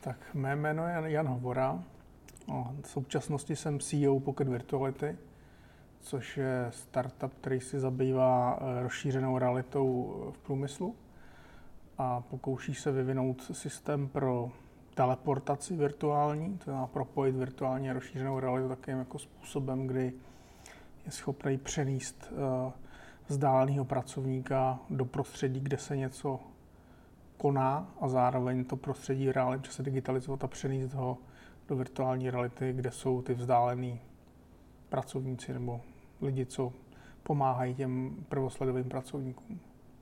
Tak mé jméno je Jan Hovora. V současnosti jsem CEO Pocket Virtuality, což je startup, který si zabývá rozšířenou realitou v průmyslu a pokouší se vyvinout systém pro teleportaci virtuální, to znamená propojit virtuální a rozšířenou realitu takým jako způsobem, kdy je schopný přenést vzdáleného pracovníka do prostředí, kde se něco koná a zároveň to prostředí v reálném čase digitalizovat a přenést ho do virtuální reality, kde jsou ty vzdálený pracovníci nebo lidi, co pomáhají těm prvosledovým pracovníkům.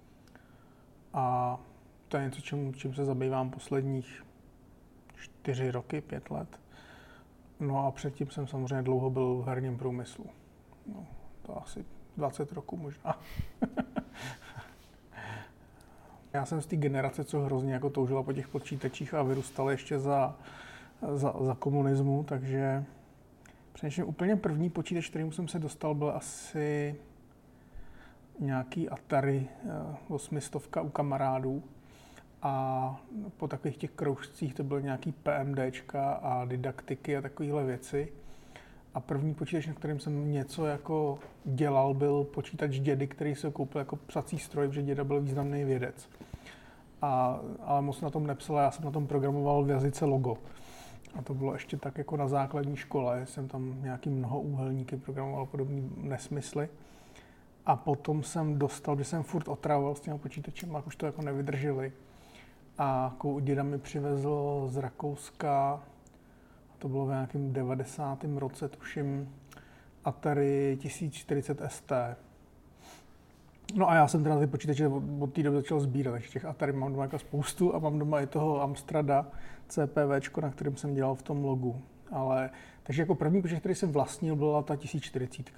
A to je něco, čím se zabývám posledních 4 roky, 5 let. No a předtím jsem samozřejmě dlouho byl v herním průmyslu. No, to asi 20 roků možná. Já jsem z té generace, co hrozně jako toužila po těch počítačích a vyrůstal ještě za komunismu, takže přinejmenším úplně první počítač, kterým jsem se dostal, byl asi nějaký Atari 800 u kamarádů a po takových těch kroužcích to byly nějaký PMDčka a didaktiky a takovéhle věci. A první počítač, na kterém jsem něco jako dělal, byl počítač dědy, který se koupil jako psací stroj, protože děda byl významný vědec. Ale moc na tom nepsal, já jsem na tom programoval v jazyce Logo. A to bylo ještě tak jako na základní škole, jsem tam nějaký mnohoúhelníky programoval podobné nesmysly. A potom jsem dostal, že jsem furt otravoval s těmi počítačem, a už to jako nevydrželi. A děda mi přivezl z Rakouska, to bylo v nějakém 90. roce, tuším, Atari 1040 ST. No a já jsem teda ty počítače od té doby začal sbírat, takže těch Atari mám doma jako spoustu a mám doma i toho Amstrada CPVčko, na kterém jsem dělal v tom Logu. Takže jako první počítač, který jsem vlastnil, byla ta 1040.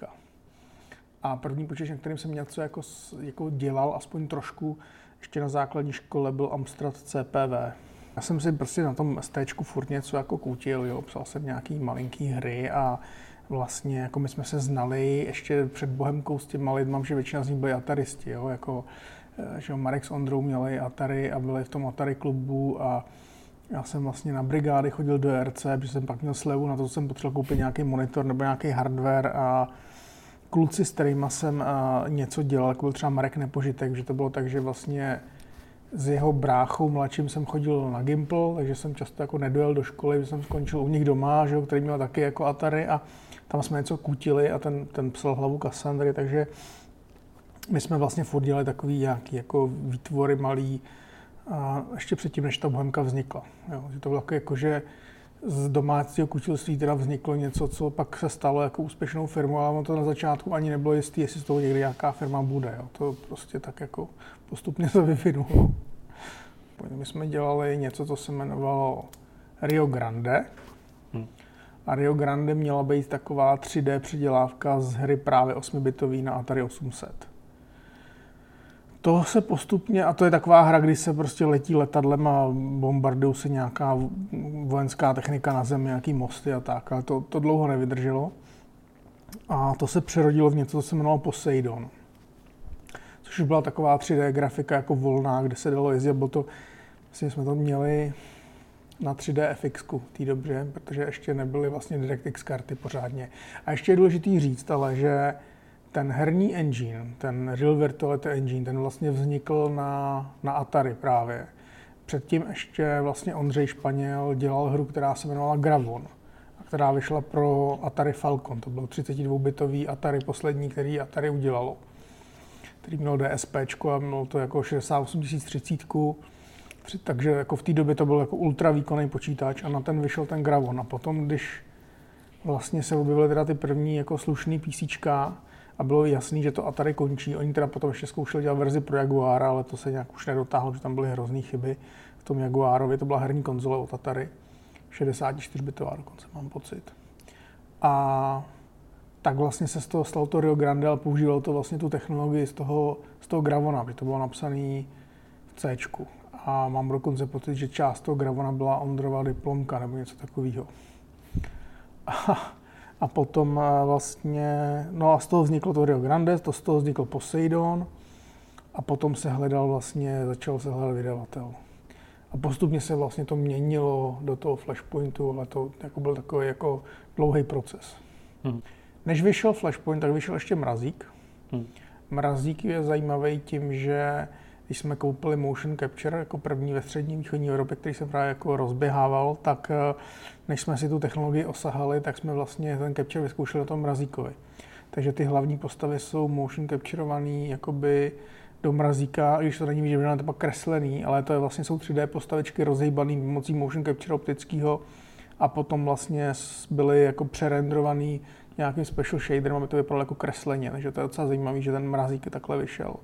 A první počítač, na kterým jsem něco jako dělal, aspoň trošku, ještě na základní škole, byl Amstrad CPV. Já jsem si prostě na tom STčku furt něco jako kutil, jo, psal jsem nějaký malinký hry a vlastně jako my jsme se znali ještě před Bohemkou s těma lidma, že většina z nich byli ataristi, jo, jako že Marek s Ondrou měli Atari a byli v tom Atari klubu a já jsem vlastně na brigády chodil do ERC, protože jsem pak měl slevu na to, že jsem potřeboval koupit nějaký monitor nebo nějaký hardware a kluci, s kterýma jsem něco dělal, jako byl třeba Marek Nepožitek, že to bylo tak, že vlastně s jeho bráchou mladším jsem chodil na Gimpl, takže jsem často jako nedojel do školy, že jsem skončil u nich doma, že, který měl taky jako Atari a tam jsme něco kutili a ten psal hlavu Cassandry, takže my jsme vlastně furt dělali takový nějaký jako výtvory malý a ještě předtím, než ta Bohemka vznikla. Jo. To bylo jako, že z domácího kutilství teda vzniklo něco, co pak se stalo jako úspěšnou firmou, ale to na začátku ani nebylo jistý, jestli z toho někdy nějaká firma bude. Jo. To prostě tak jako postupně se vyvinulo. My jsme dělali něco, co se jmenovalo Rio Grande. A Rio Grande měla být taková 3D předělávka z hry právě 8-bitový na Atari 800. To se postupně, a to je taková hra, kdy se prostě letí letadlem a bombardují se nějaká vojenská technika na zemi, nějaký mosty a tak, ale to dlouho nevydrželo. A to se přerodilo v něco, co se jmenovalo Poseidon. Což byla taková 3D grafika jako volná, kde se dalo jezdit, bylo to, vlastně jsme to měli na 3D FX-ku v té době, protože ještě nebyly vlastně DirectX karty pořádně. A ještě je důležitý říct, ale že ten herní engine, ten Real Virtuality Engine, ten vlastně vznikl na Atari právě. Předtím ještě vlastně Ondřej Španěl dělal hru, která se jmenovala Gravon, a která vyšla pro Atari Falcon. To byl 32-bitový Atari poslední, který Atari udělalo. Který měl DSPčko a mělo to jako 68030, takže jako v té době to byl jako ultra výkonný počítač a na ten vyšel ten Gravon. A potom, když vlastně se objevily teda ty první jako slušný PCčka, a bylo jasný, že to Atari končí. Oni teda potom ještě zkoušeli dělat verzi pro Jaguara, ale to se nějak už nedotáhlo, protože tam byly hrozný chyby v tom Jaguarovi. To byla herní konzole od Atari, 64-bitová dokonce, mám pocit. A tak vlastně se z toho stalo to Rio Grande, ale používalo to vlastně tu technologii z toho Gravona, protože to bylo napsané v Cčku. A mám dokonce pocit, že část toho Gravona byla Ondrova diplomka nebo něco takového. A potom vlastně, no a z toho vzniklo to Rio Grande, z toho vznikl Poseidon a potom se začal se hledat vydavatel. A postupně se vlastně to měnilo do toho Flashpointu, ale to jako byl takový jako dlouhý proces. Než vyšel Flashpoint, tak vyšel ještě Mrazík. Mrazík je zajímavý tím, že když jsme koupili Motion Capture jako první ve střední východní Evropě, který se právě jako rozběhával, tak než jsme si tu technologii osahali, tak jsme vlastně ten capture vyzkoušeli na tom Mrazíkovi. Takže ty hlavní postavy jsou motion capturovaný jakoby do Mrazíka, i když to není vidět, že je to pak kreslený, ale to je vlastně jsou 3D postavičky rozhejbaný pomocí motion capture optického a potom vlastně byly jako přerendrovaný nějakým special shaderem, aby to vypadalo jako kresleně, takže to je docela zajímavý, že ten Mrazík takhle vyšel.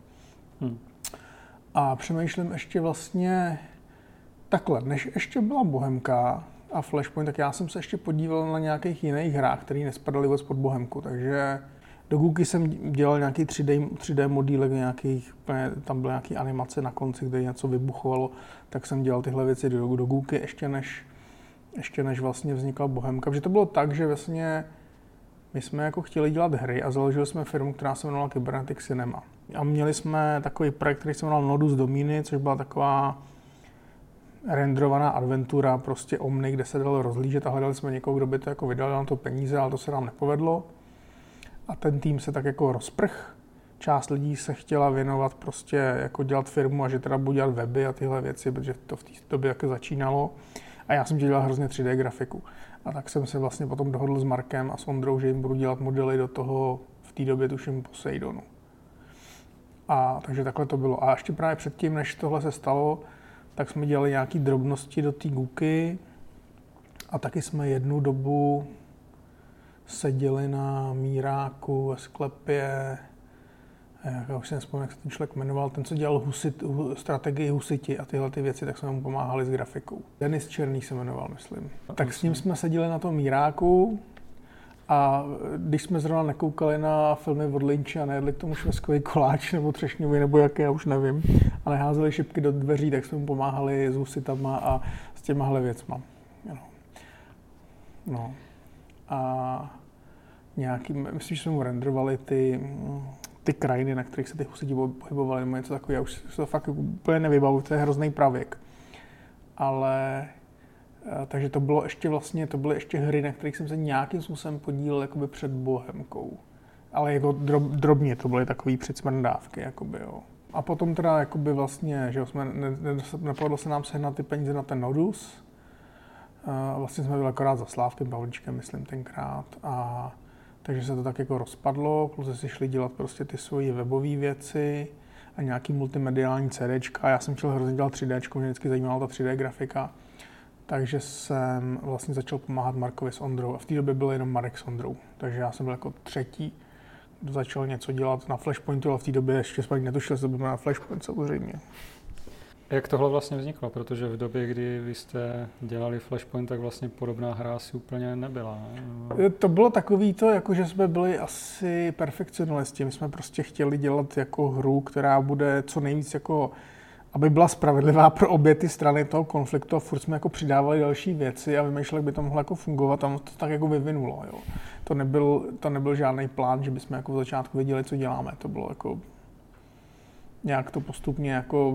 A přemýšlím ještě vlastně takhle, než ještě byla Bohemka a Flashpoint, tak já jsem se ještě podíval na nějakých jiných hrách, které nespadaly vůbec pod Bohemku, takže do Gooky jsem dělal nějaký 3D modílek, tam byly nějaké animace na konci, kde něco vybuchovalo, tak jsem dělal tyhle věci do Gooky ještě než vlastně vznikla Bohemka. Protože to bylo tak, že vlastně my jsme jako chtěli dělat hry a založili jsme firmu, která se jmenovala Cybernetic Cinema. A měli jsme takový projekt, který se jmenoval Nodus Domini, což byla taková renderovaná adventura, prostě Omni, kde se dalo rozhlížet a hledali jsme někoho, kdo by to jako vydal na to peníze, ale to se nám nepovedlo. A ten tým se tak jako rozprch. Část lidí se chtěla věnovat prostě jako dělat firmu a že teda budu dělat weby a tyhle věci, protože to v té době jako začínalo. A já jsem dělal hrozně 3D grafiku. A tak jsem se vlastně potom dohodl s Markem a s Ondrou, že jim budu dělat modely do toho v té době tuším Poseidonu. A takže takhle to bylo. A ještě právě předtím, než tohle se stalo, tak jsme dělali nějaké drobnosti do té Gooky a taky jsme jednu dobu seděli na Míráku ve sklepě, já už si nespomínám, jak se ten člověk jmenoval, ten, co dělal strategii Husiti a tyhle ty věci, tak jsme mu pomáhali s grafikou. Denis Černý se jmenoval, myslím. Tak s ním jsme seděli na tom Míráku a když jsme zrovna nekoukali na filmy od Lynche a nejedli k tomu švestkový koláč nebo třešňový nebo jaké, já už nevím, a neházeli šipky do dveří, tak jsme mu pomáhali s husitama a s těmahle věcma. No. A myslím, že jsme mu renderovali ty krajiny, na kterých se ty husiti pohybovaly, nebo něco takového. Já už se to fakt úplně nevybavuji, to je hrozný pravěk. Ale takže to byly ještě hry, na kterých jsem se nějakým způsobem podílel jakoby před Bohemkou. Ale jako drobně to byly takový předsmrdávky, jakoby, jo. A potom teda jakoby vlastně, že nepovedlo se nám sehnat ty peníze na ten Nodus. Vlastně jsme byli akorát za Slávkem Pavlíčkem, myslím, tenkrát. A takže se to tak jako rozpadlo, kluci si šli dělat prostě ty svoje webové věci a nějaký multimediální CDčka. Já jsem chtěl hrozně dělat 3Dčko, mě vždycky zajímala ta 3D grafika. Takže jsem vlastně začal pomáhat Markovi s Ondrou a v té době byl jenom Marek s Ondrou. Takže já jsem byl jako třetí, kdo začal něco dělat na Flashpointu, ale v té době ještě jsme netušili, že to bude na Flashpoint samozřejmě. Jak tohle vlastně vzniklo? Protože v době, kdy vy jste dělali Flashpoint, tak vlastně podobná hra asi úplně nebyla. To bylo takový to, jako že jsme byli asi perfekcionalisti. My jsme prostě chtěli dělat jako hru, která bude co nejvíc jako, aby byla spravedlivá pro obě ty strany toho konfliktu a furt jsme jako přidávali další věci a vymýšleli, jak by to mohlo jako fungovat a to tak jako vyvinulo. Jo. To nebyl žádný plán, že bychom jako v začátku věděli, co děláme. To bylo jako nějak to postupně jako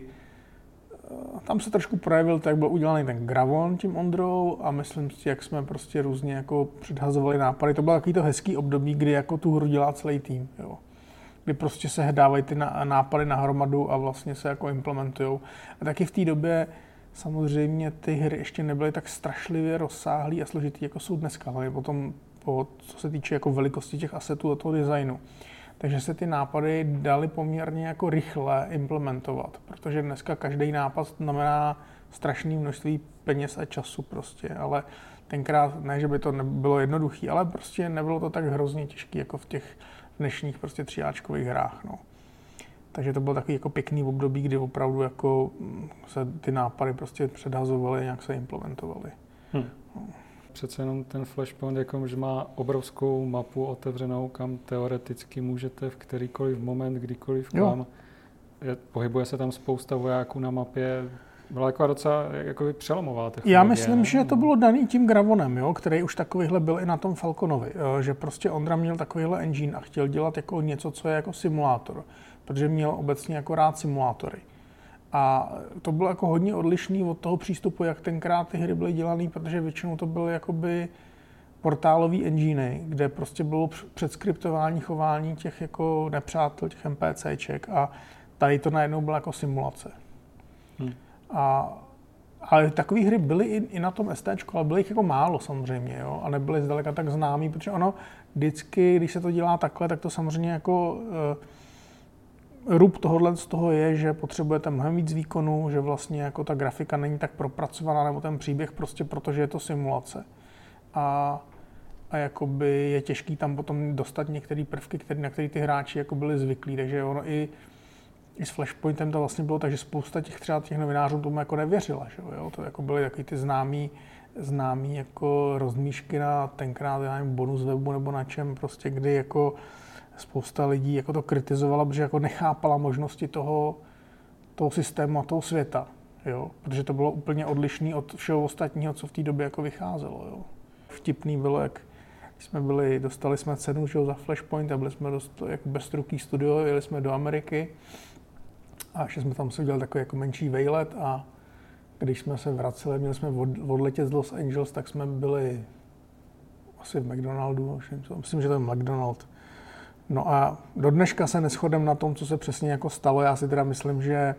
tam se trošku projevil, jak byl udělaný ten Gravon tím Ondrou a myslím si, jak jsme prostě různě jako předhazovali nápady. To bylo takový to hezký období, kdy jako tu hru dělá celý tým, jo. Kdy prostě se dávají ty nápady na hromadu a vlastně se jako implementujou. A taky v té době samozřejmě ty hry ještě nebyly tak strašlivě rozsáhlý a složitý, jako jsou dneska, ale potom co se týče jako velikosti těch asetů a toho designu. Takže se ty nápady daly poměrně jako rychle implementovat, protože dneska každý nápad znamená strašné množství peněz a času prostě, ale tenkrát ne, že by to nebylo jednoduché, ale prostě nebylo to tak hrozně těžké jako v těch dnešních prostě tříáčkových hrách, no. Takže to bylo takový jako pěkný období, kdy opravdu jako se ty nápady prostě předhazovaly, nějak se implementovaly. No. Přece jenom ten Flashpoint jako, že má obrovskou mapu otevřenou, kam teoreticky můžete v kterýkoliv moment, kdykoliv kam. Pohybuje se tam spousta vojáků na mapě. Byla jako docela jako přelomová technologie. Já myslím, že to bylo daný tím Gravonem, jo, který už takovýhle byl i na tom Falconovi. Že prostě Ondra měl takovýhle engine a chtěl dělat jako něco, co je jako simulátor. Protože měl obecně jako rád simulátory. A to bylo jako hodně odlišný od toho přístupu, jak tenkrát ty hry byly dělané, protože většinou to byly jakoby portálový enginy, kde prostě bylo předskriptování chování těch jako nepřátel, těch NPCček a tady to najednou byla jako simulace. Ale takové hry byly i na tom STčku, ale bylo jich jako málo samozřejmě, jo? A nebyly zdaleka tak známý, protože ono vždycky, když se to dělá takhle, tak to samozřejmě jako rub tohohle z toho je, že potřebujete mnohem víc výkonu, že vlastně jako ta grafika není tak propracovaná, nebo ten příběh prostě, protože je to simulace. A jakoby je těžký tam potom dostat některé prvky, na které ty hráči jako byli zvyklí, takže ono i s Flashpointem to vlastně bylo tak, že spousta těch novinářů tomu jako nevěřila, že jo? To jako byly takový ty známý jako rozmíšky na tenkrát, já nevím, bonus webu nebo na čem, prostě kdy jako spousta lidí jako to kritizovala, protože jako nechápala možnosti toho systému a toho světa, jo? Protože to bylo úplně odlišný od všeho ostatního, co v té době jako vycházelo, jo? Vtipný bylo, jak dostali jsme cenu, že jo, za Flashpoint a byli jsme jako beztruký studio, jeli jsme do Ameriky a ještě jsme tam si udělali takový jako menší vejlet a když jsme se vraceli, měli jsme odletět z Los Angeles, tak jsme byli asi v McDonaldu, myslím, že to je McDonald. No a do dneška se neshodem na tom, co se přesně jako stalo. Já si teda myslím, že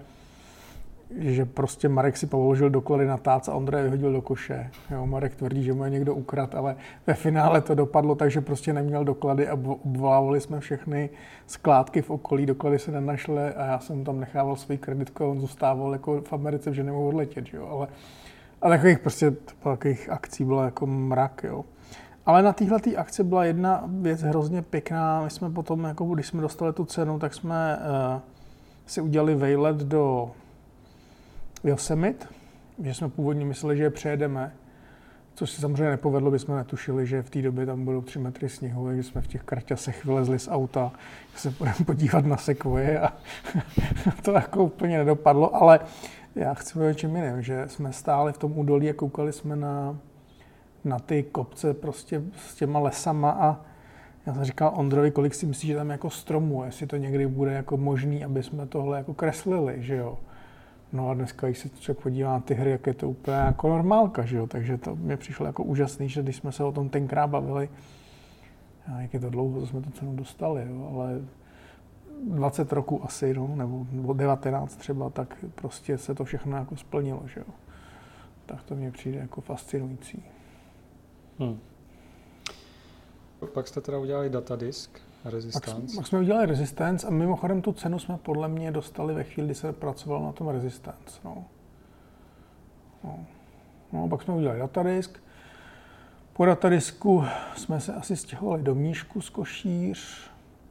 prostě Marek si položil doklady na tác a Ondra je vyhodil do koše. Jo, Marek tvrdí, že mu je někdo ukradl, ale ve finále to dopadlo tak, že prostě neměl doklady a obvolávali jsme všechny skládky v okolí, doklady se nenašly a já jsem tam nechával svůj kreditku a on zůstával jako v Americe, že nemohl odletět, jo. Ale takových akcí bylo jako mrak, jo. Ale na téhletý akci byla jedna věc hrozně pěkná. My jsme potom, jako když jsme dostali tu cenu, tak jsme si udělali vejlet do Yosemite, že jsme původně mysleli, že je přejedeme, což se samozřejmě nepovedlo, bychom netušili, že v té době tam budou 3 metry sněhu, takže jsme v těch karťasech vylezli z auta, že se budeme podívat na sekvoje a to jako úplně nedopadlo, ale já chci mluvit o čem jiném, že jsme stáli v tom údolí a koukali jsme na ty kopce prostě s těma lesama a já jsem říkal Ondrovi, kolik si myslíš, že tam jako stromů, jestli to někdy bude jako možný, aby jsme tohle jako kreslili, že jo. No a dneska, když se člověk podívá na ty hry, jak je to úplně jako normálka, že jo, takže to mě přišlo jako úžasný, že když jsme se o tom tenkrát bavili, jak je to dlouho, co jsme tu cenu dostali, jo, ale 20 roků asi, no, nebo 19 třeba, tak prostě se to všechno jako splnilo, že jo. Tak to mně přijde jako fascinující. Pak jste teda udělali datadisk Resistance. Pak jsme udělali Resistance a mimochodem tu cenu jsme podle mě dostali ve chvíli, kdy se pracovalo na tom Resistance. No, pak jsme udělali datadisk. Po datadisku jsme se asi stěhovali do Mníšku z Košíř.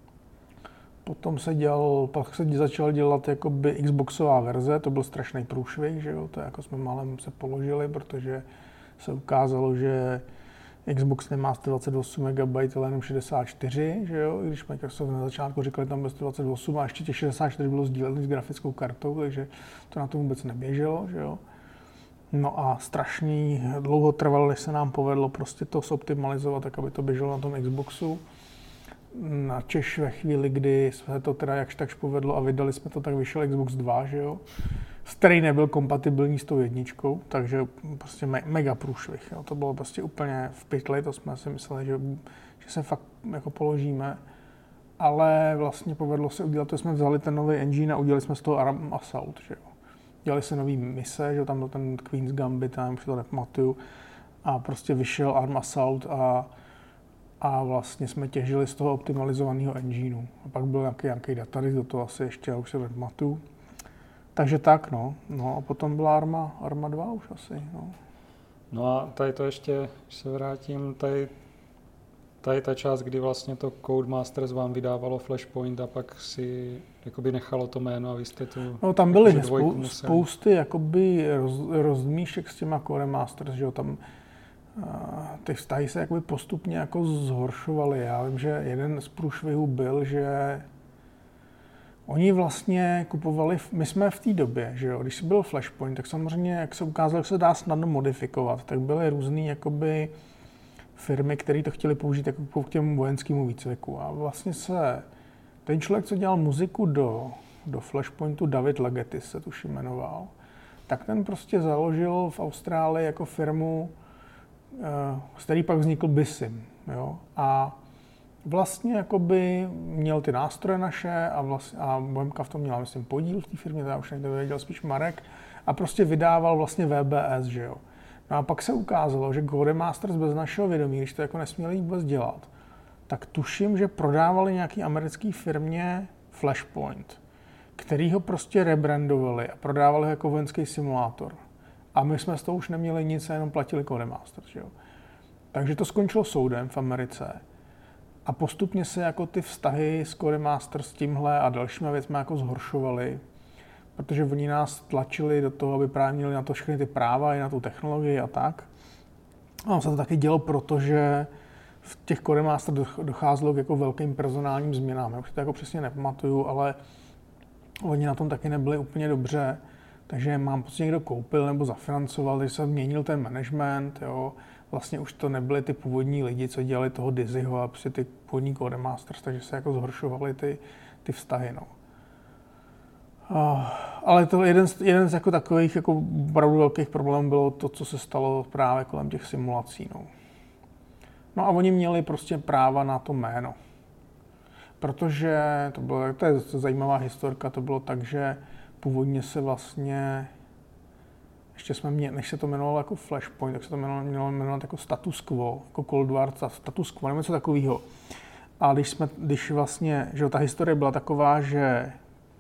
Pak se začal dělat jakoby Xboxová verze, to byl strašný průšvih, že jo, to jako jsme málem se položili, protože se ukázalo, že Xbox nemá 128 MB, ale jenom 64, že jo, když Microsoft na začátku říkali, tam bylo 128 a ještě těch 64 bylo sdílený s grafickou kartou, takže to na to vůbec neběželo, že jo. No a strašně dlouho trvalo, než se nám povedlo prostě to zoptimalizovat, tak aby to běželo na tom Xboxu. Na Češ ve chvíli, kdy se to teda jakž takž povedlo a vydali jsme to, tak vyšel Xbox 2, že jo, který nebyl kompatibilní s tou jedničkou, takže prostě mega průšvih, jo. To bylo prostě úplně v pytli, to jsme si mysleli, že se fakt jako položíme, ale vlastně povedlo se udělat, to jsme vzali ten nový engine a udělali jsme z toho Arm Assault, že jo. Dělali se nový mise, že tam byl ten Queen's Gambit, já už to nepamatuju, a prostě vyšel Arm Assault a vlastně jsme těžili z toho optimalizovaného engineu. A pak byl nějaký datadisk do toho asi ještě, já už se nepamatuju. Takže tak, no. No a potom byla Arma 2 už asi, no. No a tady to ještě, když se vrátím, tady ta část, kdy vlastně to Codemasters vám vydávalo Flashpoint a pak si jakoby nechalo to jméno a vy jste tu... No tam byly spousty jakoby rozmíšek s těma Codemasters, že jo, tam ty vztahy se jakoby postupně jako zhoršovaly. Já vím, že jeden z průšvihů byl, že oni vlastně kupovali, my jsme v té době, že jo, když byl Flashpoint, tak samozřejmě, jak se ukázalo, že se dá snadno modifikovat, tak byly různý jakoby firmy, které to chtěli použít jako k těm vojenskému výcviku. A vlastně ten člověk, co dělal muziku do do Flashpointu, David Legetis se tuším jmenoval, tak ten prostě založil v Austrálii jako firmu, z který pak vznikl Bisim. Jo? A vlastně jakoby měl ty nástroje naše a Bohemka v tom měla, myslím, podíl v té firmě, to já už někdo věděl, spíš Marek, a prostě vydával vlastně VBS, že jo. No a pak se ukázalo, že Codemasters bez našeho vědomí, když to jako nesměli vůbec dělat, tak tuším, že prodávali nějaký americký firmě Flashpoint, který ho prostě rebrandovali a prodávali ho jako vojenský simulátor. A my jsme z toho už neměli nic a jenom platili Codemasters, že jo. Takže to skončilo soudem v Americe. A postupně se jako ty vztahy s Codemasters s tímhle a dalšíma věcmi jako zhoršovaly, protože oni nás tlačili do toho, aby právě měli na to všechny ty práva i na tu technologii a tak. A se to taky dělo, protože v těch Codemasters docházelo k jako velkým personálním změnám. Já už to jako přesně nepamatuju, ale oni na tom taky nebyli úplně dobře, takže mám pocit, někdo koupil nebo zafinancoval, když se měnil ten management, jo. Vlastně už to nebyly ty původní lidi, co dělali toho Dizzyho a prostě ty původní Codemasters, takže se jako zhoršovaly ty vztahy, no. Ale to jeden z jako takových jako opravdu velkých problémů bylo to, co se stalo právě kolem těch simulací, no. No a oni měli prostě práva na to jméno. Protože to je zajímavá historka, to bylo tak, že původně se vlastně, ještě jsme měli, než se to jmenovalo jako Flashpoint, tak se to mělo jmenovat jako Status Quo, jako Cold War Status Quo, nebo něco takového. A když vlastně, že ta historie byla taková, že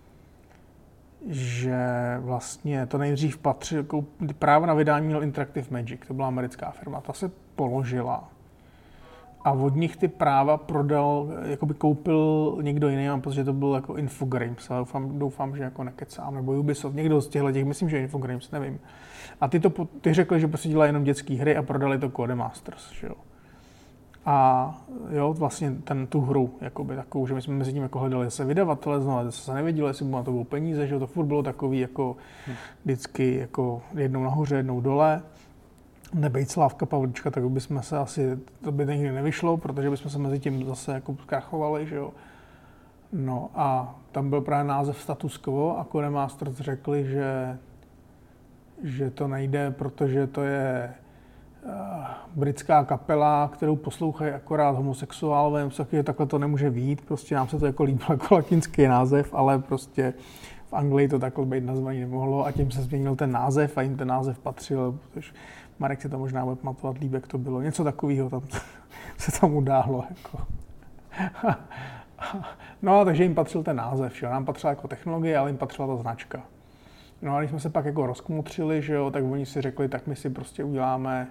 vlastně to nejdřív patřilo, jako právo na vydání měl Interactive Magic, to byla americká firma, ta se položila. A od nich ty práva prodal, jakoby koupil někdo jiný, protože to byl jako Infogrames, ale doufám, že jako nekecám, nebo Ubisoft, někdo z těchto, myslím, že Infogrames, nevím. A ty řekli, že prostě dělají jenom dětské hry a prodali to Codemasters, že jo. A jo, vlastně tu hru, jakoby takovou, že my jsme mezi tím jako hledali se vydavatele, znovu se nevěděli, jestli na to bylo peníze, že jo, to furt bylo takový jako vždycky jako jednou nahoře, jednou dole. Nebejt Slávka Pavlička, tak bychom se asi, to by nikdy nevyšlo, protože bychom se mezi tím zase jako zkrachovali, že jo. No a tam byl právě název Status Quo a Codemasters řekli, že to nejde, protože to je britská kapela, kterou poslouchají akorát homosexuálové, takhle to nemůže být, prostě nám se to jako líbilo jako latinský název, ale prostě v Anglii to takhle být nazvaný nemohlo a tím se změnil ten název a jim ten název patřil, protože Marek si to možná bude pamatovat líp, jak to bylo. Něco takového tam se tam událo. Jako. No, takže jim patřil ten název, že jo. Nám patřila jako technologie, ale jim patřila ta značka. No a když jsme se pak jako rozkmutřili, že jo, tak oni si řekli, tak my si prostě uděláme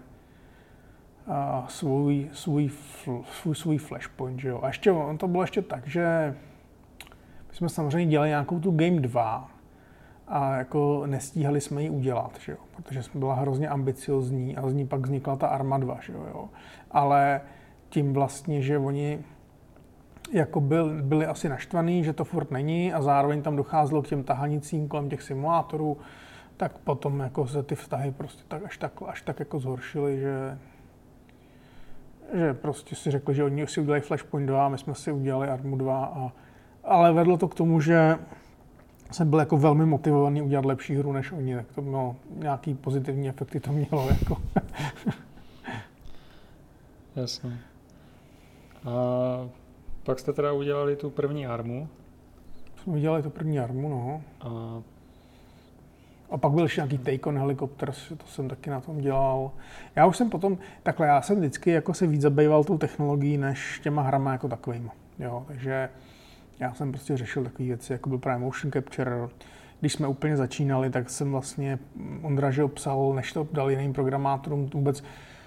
svůj Flashpoint, že jo. A ještě, to bylo ještě tak, že my jsme samozřejmě dělali nějakou tu Game 2, a jako nestíhali jsme ji udělat, že jo? Protože jsme byla hrozně ambiciozní a z ní pak vznikla ta Arma 2, že jo? Ale tím vlastně, že oni jako byli asi naštvaný, že to furt není a zároveň tam docházelo k těm tahanicím kolem těch simulátorů, tak potom jako se ty vztahy prostě až tak jako zhoršily, že prostě si řekli, že oni si udělají Flashpoint 2 a my jsme si udělali Armu 2 ale vedlo to k tomu, že jsem byl jako velmi motivovaný udělat lepší hru než oni, tak to mělo nějaký pozitivní efekty, to mělo jako. Jasně. A pak jste teda udělali tu první Armu. Jsme udělali tu první Armu, no. A pak byl ještě nějaký Take-on Helicopters, to jsem taky na tom dělal. Já jsem vždycky jako se víc zabýval tou technologií, než těma hrama jako takovým. Jo, takže já jsem prostě řešil takové věci, jako byl právě motion capture. Když jsme úplně začínali, tak jsem vlastně Ondra, že psal, než to dal jiným programátorům vůbec.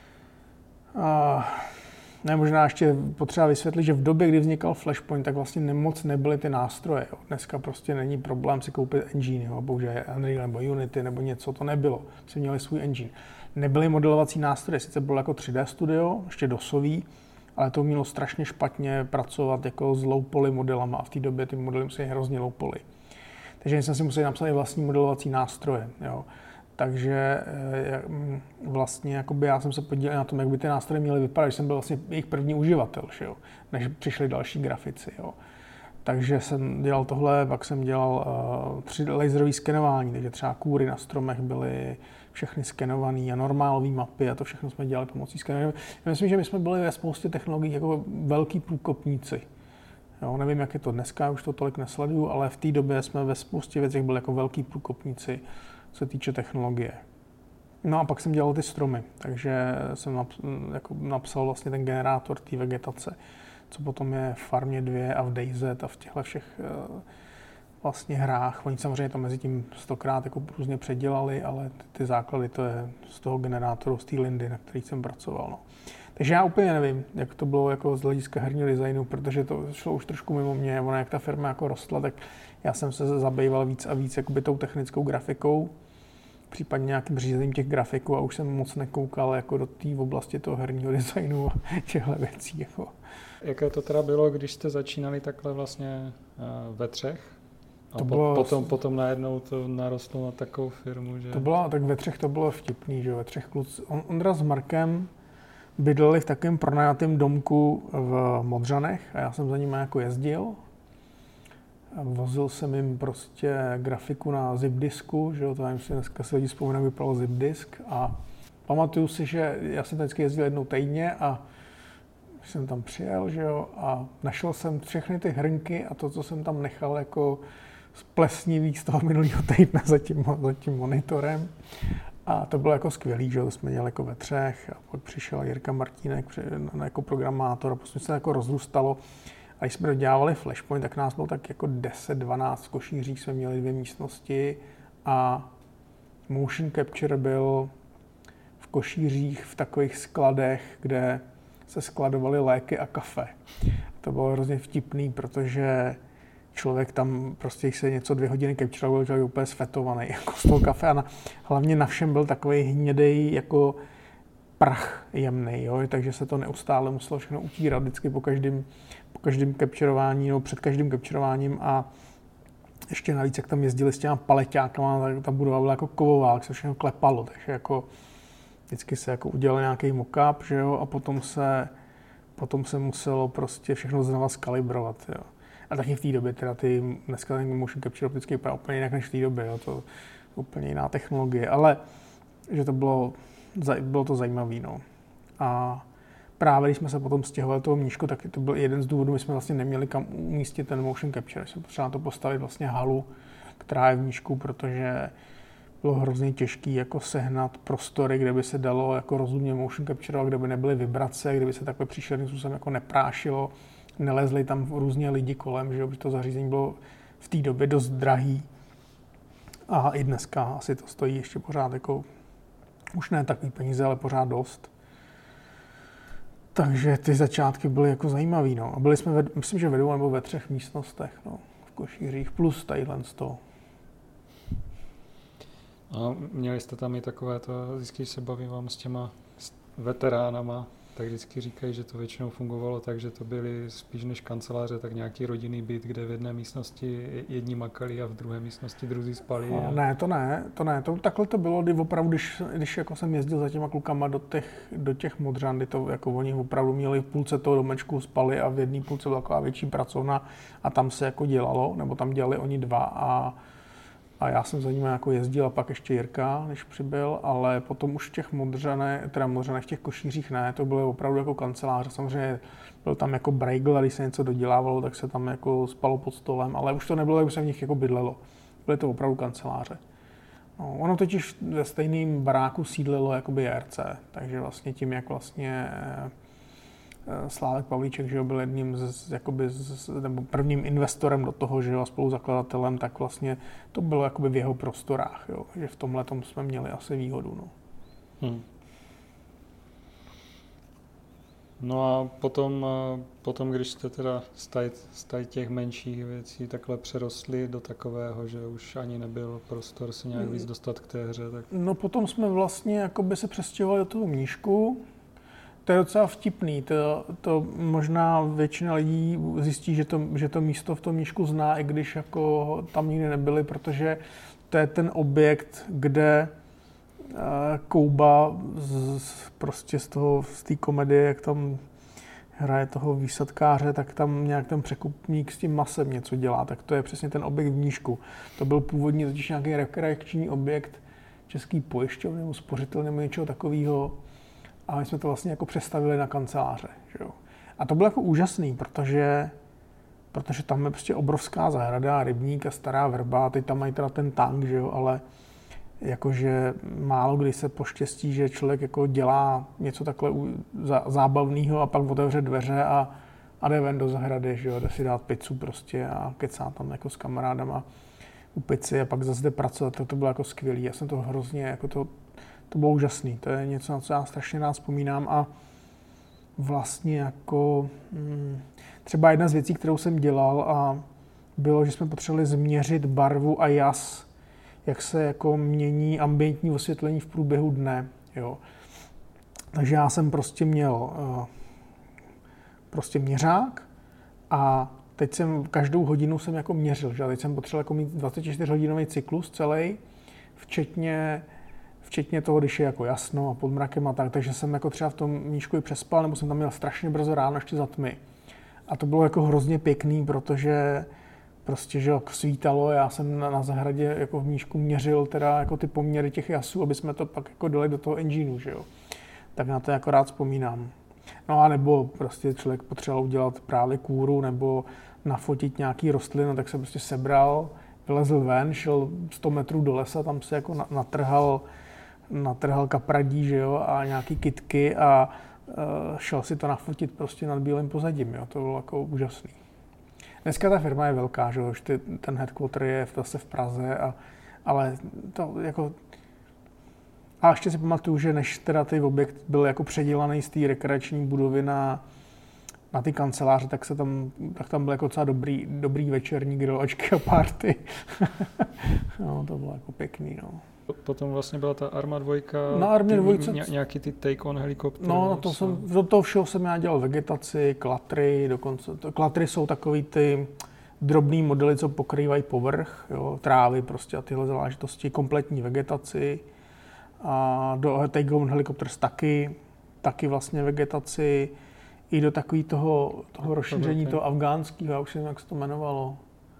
Možná ještě potřeba vysvětlit, že v době, kdy vznikal Flashpoint, tak vlastně moc nebyly ty nástroje. Jo. Dneska prostě není problém si koupit engine, jo, bohužel Unreal nebo Unity nebo něco, to nebylo. Si měli svůj engine. Nebyly modelovací nástroje, sice bylo jako 3D studio, ještě DOSový, ale to mělo strašně špatně pracovat jako s low poly modelama a v té době ty modely musely hrozně low poly. Takže jsem si musel napsat i vlastní modelovací nástroje. Jo. Takže vlastně jakoby já jsem se podílel na tom, jak by ty nástroje měly vypadat, že jsem byl vlastně jejich první uživatel, že jo, než přišli další grafici. Jo. Takže jsem dělal tohle, pak jsem dělal 3D laserové skenování, takže třeba kůry na stromech byly všechny skenované a normálové mapy a to všechno jsme dělali pomocí skenování. Já myslím, že my jsme byli ve spoustě technologií jako velký průkopníci. Jo, nevím, jak je to dneska, už to tolik nesleduju, ale v té době jsme ve spoustě věcech byli jako velký průkopníci, co se týče technologie. No a pak jsem dělal ty stromy, takže jsem napsal vlastně ten generátor té vegetace, co potom je v Farmě 2 a v DayZ a v těchto všech vlastně hrách. Oni samozřejmě to mezi tím 100krát jako různě předělali, ale ty základy to je z toho generátoru, z té Lindy, na který jsem pracoval. No. Takže já úplně nevím, jak to bylo jako z hlediska herního designu, protože to šlo už trošku mimo mě. Ono, jak ta firma jako rostla, tak já jsem se zabýval víc a víc jakoby tou technickou grafikou, případně nějakým řízením těch grafiků a už jsem moc nekoukal jako do té oblasti toho herního designu a těchto věcí. Jako. Jaké to teda bylo, když jste začínali takhle vlastně ve třech? A to bylo, potom najednou to narostlo na takovou firmu, že? Tak ve třech to bylo vtipný, že ve třech kluci. Ondra s Markem bydleli v takovém pronajatém domku v Modřanech a já jsem za nimi jako jezdil. Vozil jsem jim prostě grafiku na zipdisku, že jo, to nevím, si dneska si lidi vzpomínají, vypadal zipdisk a pamatuju si, že já jsem tam vždycky jezdil jednou týdně a jsem tam přijel, že jo, a našel jsem všechny ty hrnky a to, co jsem tam nechal jako splesnivý z toho minulého týdne za tím monitorem. A to bylo jako skvělý, že to jsme dělali jako ve třech a pak přišel Jirka Martínek jako programátor a prostě se jako rozrůstalo. A když jsme dodělávali Flashpoint, tak nás bylo tak jako 10-12 v Košířích, jsme měli 2 místnosti a motion capture byl v Košířích v takových skladech, kde se skladovaly léky a kafe. To bylo hrozně vtipný, protože člověk tam prostě, když se něco 2 hodiny capturoval, byl člověk úplně sfetovaný jako z toho kafe a hlavně na všem byl takový hnědej jako prach jemnej, jo? Takže se to neustále muselo všechno utírat vždycky po každém capturování nebo před každým capturováním a ještě navíc, jak tam jezdili s těma paleťákama, tak ta budova byla jako kovová, jak se všechno klepalo, takže jako vždycky se jako udělal nějaký mock-up, že jo, a potom se muselo prostě všechno znova skalibrovat, jo. A taky v té době teda dneska ten motion capture opticky vypadá úplně jinak než v té době, jo, to úplně jiná technologie, ale že to bylo to zajímavé, no. A právě když jsme se potom stěhovali toho Mníšku, tak to byl jeden z důvodů, my jsme vlastně neměli kam umístit ten motion capture, jsme potřebovali na to postavit vlastně halu, která je v Mníšku, protože bylo hrozně těžké jako sehnat prostory, kde by se dalo jako rozumně motion capture, kde by nebyly vibrace, kde by se takhle příšerným způsobem jako neprášilo, nelezli tam různě lidi kolem, že protože to zařízení bylo v té době dost drahý a i dneska asi to stojí ještě pořád jako, už ne takový peníze, ale pořád dost. Takže ty začátky byly jako zajímavý, no. A byli jsme, myslím, že ve 2 nebo ve 3 místnostech, no, v Košířích, plus tadyhle z toho. A měli jste tam i takové to, vždycky se bavím vám s těma veteránama, tak vždycky říkají, že to většinou fungovalo tak, že to byly spíš než kanceláře, tak nějaký rodinný byt, kde v jedné místnosti jedni makali a v druhé místnosti druzí spali. Ne, takhle to bylo, kdy opravdu, když jako jsem jezdil za těma klukama do těch Modřan, kdy to jako oni opravdu měli v půlce toho domečku spali a v jedné půlce byla taková větší pracovna a tam se jako dělalo, nebo tam dělali oni 2 a já jsem za nimi jako jezdil a pak ještě Jirka, než přibyl, ale potom už v těch Modřanech, v těch Košířích ne, to bylo opravdu jako kanceláře. Samozřejmě byl tam jako brejgl a když se něco dodělávalo, tak se tam jako spalo pod stolem, ale už to nebylo, jak by se v nich jako bydlelo. Byly to opravdu kanceláře. No, ono totiž ve stejném baráku sídlilo jakoby JRC, takže vlastně tím, jak vlastně Slávek Pavlíček, že byl jedním nebo prvním investorem do toho, že a spoluzakladatelem, tak vlastně to bylo jakoby v jeho prostorách, jo, že v tomhle tom jsme měli asi výhodu, no. No a potom, když jste teda z těch menších věcí takhle přerostli do takového, že už ani nebyl prostor se nějak víc dostat k té hře, tak... No potom jsme vlastně jakoby se přestěhovali do toho Mníšku. To je docela vtipný, to možná většina lidí zjistí, že to místo v tom Mníšku zná, i když jako tam nikdy nebyli, protože to je ten objekt, kde Kouba prostě z té komedie, jak tam hraje toho výsadkáře, tak tam nějak ten překupník s tím masem něco dělá, tak to je přesně ten objekt v Mníšku. To byl původně totiž nějaký rekreační objekt Český pojišťovny nebo spořitelny nebo něčeho takového a my jsme to vlastně jako přestavili na kanceláře. Že jo? A to bylo jako úžasný, protože tam je prostě obrovská zahrada, rybník a stará vrba, a teď tam mají teda ten tank, že jo, ale jakože málo kdy se poštěstí, že člověk jako dělá něco takhle zábavného a pak otevře dveře a jde ven do zahrady, že jo, jde si dát pizzu prostě a kecá tam jako s kamarádama u pici a pak zase jde pracovat, to bylo jako skvělý. Já jsem to hrozně, jako to bylo úžasný, to je něco, na co já strašně rád vzpomínám a vlastně jako třeba jedna z věcí, kterou jsem dělal a bylo, že jsme potřebovali změřit barvu a jas, jak se jako mění ambientní osvětlení v průběhu dne. Jo. Takže já jsem prostě měl měřák a teď jsem každou hodinu jsem jako měřil, že? Teď jsem potřeboval jako mít 24-hodinový cyklus celý, včetně toho, když je jako jasno a pod mrakem a tak, takže jsem jako třeba v tom Mníšku i přespal, nebo jsem tam měl strašně brzo ráno ještě za tmy. A to bylo jako hrozně pěkný, protože prostě, že svítalo, já jsem na zahradě jako v Mníšku měřil teda jako ty poměry těch jasů, aby jsme to pak jako dali do toho engineu, že jo. Tak na to jako rád vzpomínám. No a nebo prostě člověk potřeboval udělat právě kůru nebo nafotit nějaký rostlinu, tak se prostě sebral, vylezl ven, šel 100 metrů do lesa, tam se jako natrhal kapradí, že jo, a nějaký kytky a šel si to nafotit prostě nad bílým pozadím, jo. To bylo jako úžasný. Dneska ta firma je velká, že už ten headquarter je zase v Praze, ale to jako... A ještě si pamatuju, že než teda ty objekt byl jako předělaný z té rekreační budovy na ty kanceláře, tak tam byl jako docela dobrý večerní grilovačky a party. No, to bylo jako pěkný, no. Potom vlastně byla ta Arma 2, na Armě 2 nějaký ty take-on helikopter. No, do toho všeho jsem já dělal vegetaci, klatry, dokonce. Klatry jsou takový ty drobný modely, co pokrývají povrch, jo, trávy prostě a tyhle záležitosti, kompletní vegetaci. A do take-on helikopters taky vlastně vegetaci, i do takový toho rozšíření toho afgánského, já už nevím, jak se to jmenovalo.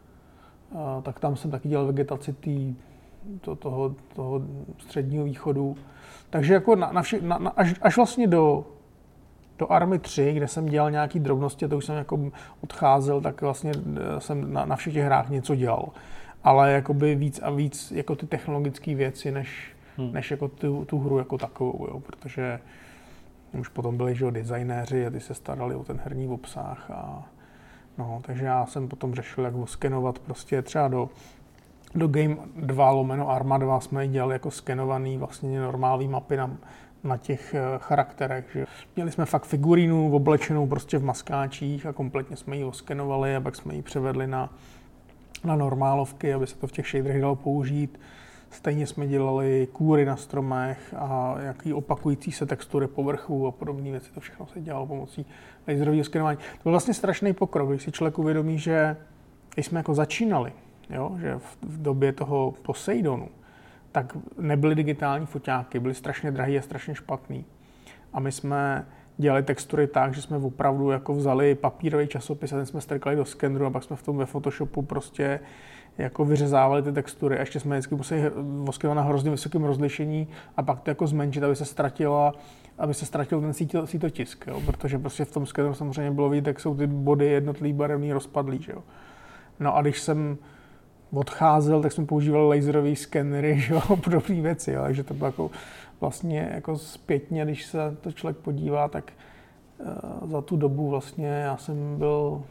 Tak tam jsem taky dělal vegetaci toho středního východu. Takže jako až vlastně do Army 3, kde jsem dělal nějaký drobnosti, to už jsem jako odcházel, tak vlastně jsem na všech těch hrách něco dělal. Ale jakoby víc a víc jako ty technologické věci, než jako tu hru jako takovou, jo, protože už potom byli, že designéři a ty se starali o ten herní obsah takže já jsem potom řešil, jak skenovat prostě třeba do Game 2 / Arma 2 jsme dělali jako skenovaný vlastně normální mapy na těch charakterech, že měli jsme fakt figurínu oblečenou prostě v maskáčích a kompletně jsme ji oskenovali a pak jsme ji převedli na normálovky, aby se to v těch shaderech dalo použít. Stejně jsme dělali kůry na stromech a jaký opakující se textury povrchu a podobné věci. To všechno se dělalo pomocí laserového skenování. To byl vlastně strašný pokrok, když si člověk uvědomí, že když jsme jako začínali, jo, že v době toho Poseidonu, tak nebyly digitální foťáky, byly strašně drahý a strašně špatný. A my jsme dělali textury tak, že jsme opravdu jako vzali papírový časopis a ten jsme strkali do skeneru a pak jsme v tom ve Photoshopu prostě jako vyřezávali ty textury a ještě jsme vždycky museli oskenovat na hrozně vysokém rozlišení a pak to jako zmenšit, aby se ztratil ten sítotisk, jo? Protože prostě v tom skeneru samozřejmě bylo vidět, jak jsou ty body jednotlivý barevný rozpadlý, že jo. No a když jsem odcházel, tak jsme používali laserové skenery, že jo, podobné věci, jo? Takže to bylo jako vlastně jako zpětně, když se to člověk podívá, tak za tu dobu vlastně já jsem byl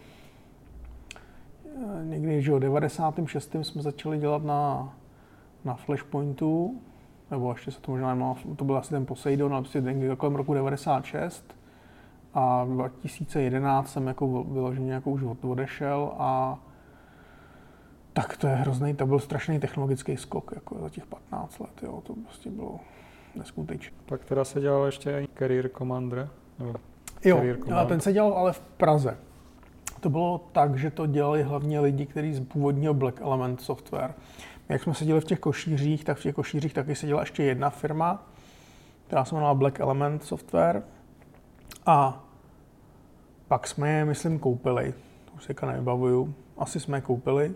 někdy, že v 96. jsme začali dělat na Flashpointu, nebo ještě se to možná nemělo, to byl asi ten Poseidon, ale prostě někdy kolem roku 96 a 2011 jsem jako vyloženě jako už odešel a tak to je hrozný, to byl strašný technologický skok jako za těch 15 let, jo, to prostě bylo neskutečné. Pak teda se dělal ještě Career Commander? Jo, a ten se dělal ale v Praze. To bylo tak, že to dělali hlavně lidi, kteří z původního Black Element Software. Jak jsme seděli v těch košířích, tak v těch košířích taky seděla ještě jedna firma, která se jmenovala Black Element Software. A Pak jsme je, myslím, koupili. To už se nevybavuju. Asi jsme je koupili.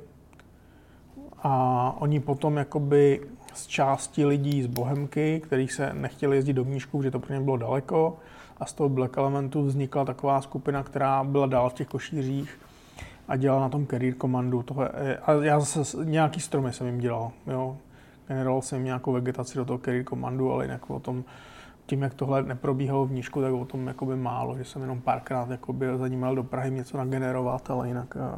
A oni potom jakoby z části lidí z Bohemky, kteří se nechtěli jezdit do Mníšku, protože to pro ně bylo daleko, a z toho Black Elementu vznikla taková skupina, která byla dál v těch Košířích a dělala na tom Career Commandu. A já zase nějaký stromy jsem jim dělal. Jo. Generoval jsem jim nějakou vegetaci do toho Career Commandu, ale jinak o tom, tím, jak tohle neprobíhalo v Mníšku, tak o tom jakoby málo, že jsem jenom párkrát jakoby za ním jel do Prahy něco nagenerovat, ale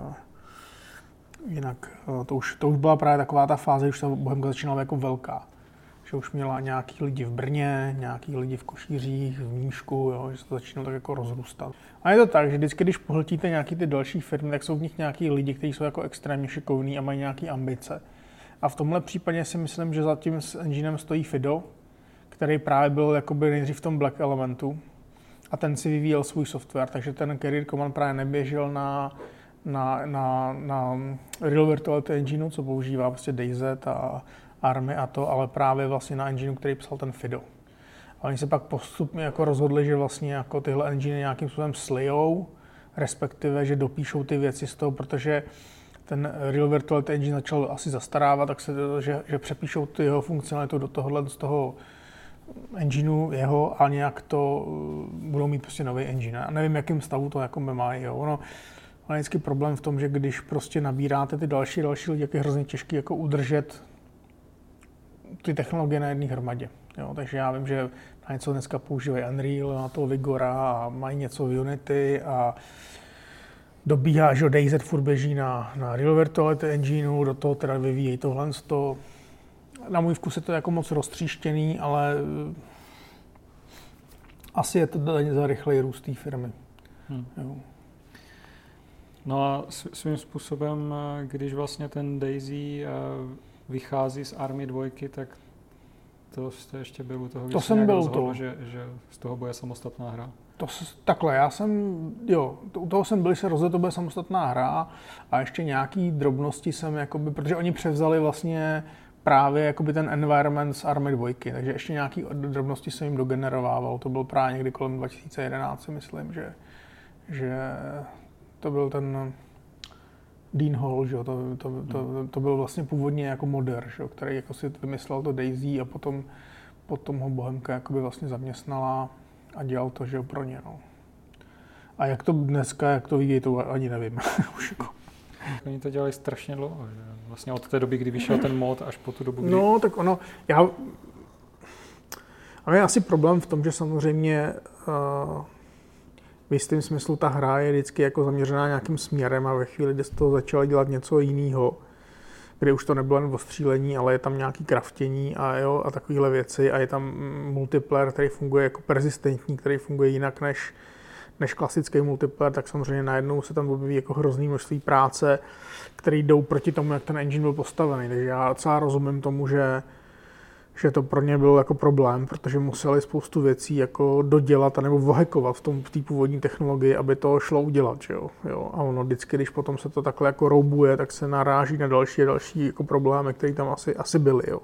jinak to už byla právě taková ta fáze, že už ta Bohemka začínala jako velká. Že už měla nějaký lidi v Brně, nějaký lidi v Košířích, v Mníšku, jo, že se to začínalo tak jako rozrůstat. A je to tak, že vždycky, když pohltíte nějaký ty další firmy, tak jsou v nich nějaký lidi, kteří jsou jako extrémně šikovní a mají nějaké ambice. A v tomhle případě si myslím, že za tím s enginem stojí Fido, který právě byl jakoby nejdřív v tom Black Elementu a ten si vyvíjel svůj software, takže ten Career Command právě neběžel na Real Virtuality Engineu, co používá prostě DayZ a Army a to, ale právě vlastně na engineu, který psal ten Fido. A oni se pak postupně jako rozhodli, že vlastně jako tyhle engine nějakým způsobem slijou, respektive, že dopíšou ty věci z toho, protože ten Real Virtuality Engine začal asi zastarávat, tak že přepíšou ty jeho funkcionalitu do tohohle z toho engineu jeho a nějak to budou mít prostě nový engine. A nevím, jakým stavu to jako mají. Jo. Ono je vždycky problém v tom, že když prostě nabíráte ty další lidi, jak je hrozně těžký jako udržet ty technologie na jedné hromadě. Jo. Takže já vím, že na něco dneska používají Unreal, na toho Vigora a mají něco v Unity a dobíhá, že DayZ furt běží na Real Virtuality Engineu, do toho teda vyvíjejí tohle. Na můj vkus je to jako moc roztříštěný, ale asi je to za rychlej růst té firmy. Jo. No a svým způsobem, když vlastně ten DayZ vychází z Army 2, tak to jste ještě byl u toho, když se nějak rozhodl, že z toho bude samostatná hra. Takhle, u toho jsem byl, se rozhodl, to bude samostatná hra a ještě nějaký drobnosti jsem, jakoby, protože oni převzali vlastně právě jakoby ten environment z Army 2, takže ještě nějaký drobnosti jsem jim dogenerovával, to byl právě někdy kolem 2011, myslím, že to byl ten Dean Hall, že? To byl vlastně původně jako modder, že? Který jako si vymyslel to DayZ a potom ho Bohemka jakoby vlastně zaměstnala a dělal to, že pro ně. No. A jak to dneska, jak to vyvíjí, to ani nevím. Už jako. Oni to dělali strašně dlouho, že? Vlastně od té doby, kdy vyšel ten mod, až po tu dobu, kdy... No, tak ono, a je asi problém v tom, že samozřejmě v jistém smyslu ta hra je vždycky jako zaměřená nějakým směrem a ve chvíli, kdy z toho začali dělat něco jiného, kde už to nebylo jen o střílení, ale je tam nějaký craftění a takovéhle věci a je tam multiplayer, který funguje jako persistentní, který funguje jinak než klasický multiplayer, tak samozřejmě najednou se tam objeví jako hrozný množství práce, které jdou proti tomu, jak ten engine byl postavený. Takže já docela rozumím tomu, že to pro ně byl jako problém, protože museli spoustu věcí jako dodělat anebo vohekovat v té původní technologii, aby to šlo udělat. Že jo? A ono vždycky, když potom se to takhle jako roubuje, tak se naráží na další a další jako problémy, které tam asi byly. Jo?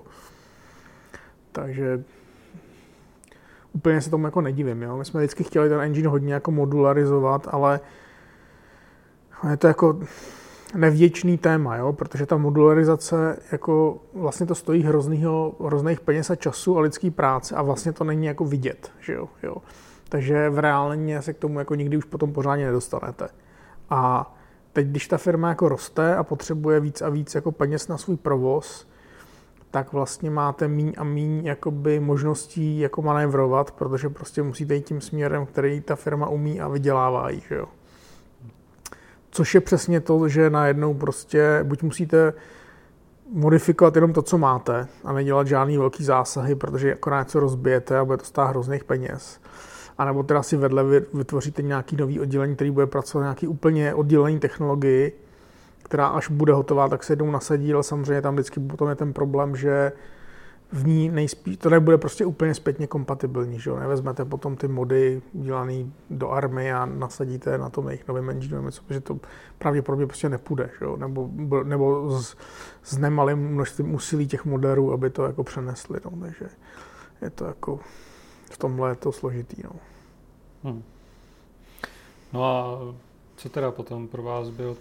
Takže úplně se tomu jako nedivím. Jo? My jsme vždycky chtěli ten engine hodně jako modularizovat, ale je to jako nevděčný téma, jo? Protože ta modularizace, jako vlastně to stojí hrozných peněz a času a lidský práce a vlastně to není jako vidět, že jo? Takže v reálně se k tomu jako nikdy už potom pořádně nedostanete. A teď, když ta firma jako roste a potřebuje víc a víc jako peněz na svůj provoz, tak vlastně máte míň a míň jakoby možností jako manévrovat, protože prostě musíte jít tím směrem, který ta firma umí a vydělává jí, že jo? Což je přesně to, že najednou prostě buď musíte modifikovat jenom to, co máte a nedělat žádný velký zásahy, protože akorát něco rozbijete a bude to stát hrozných peněz. A nebo teda si vedle vytvoříte nějaký nový oddělení, který bude pracovat na nějaký úplně oddělený technologii, která až bude hotová, tak se jednou nasadí, ale samozřejmě tam vždycky potom je ten problém, že v ní nejspíš, to nebude prostě úplně zpětně kompatibilní, že jo? Nevezmete potom ty mody udělané do Army a nasadíte na tom jejich novým engineu, protože to pravděpodobně prostě nepůjde, že jo? Nebo s nemalým množstvím úsilí těch moderů, aby to jako přenesli, no? Takže je to jako, v tomhle je to složitý, no. No a co teda potom pro vás byl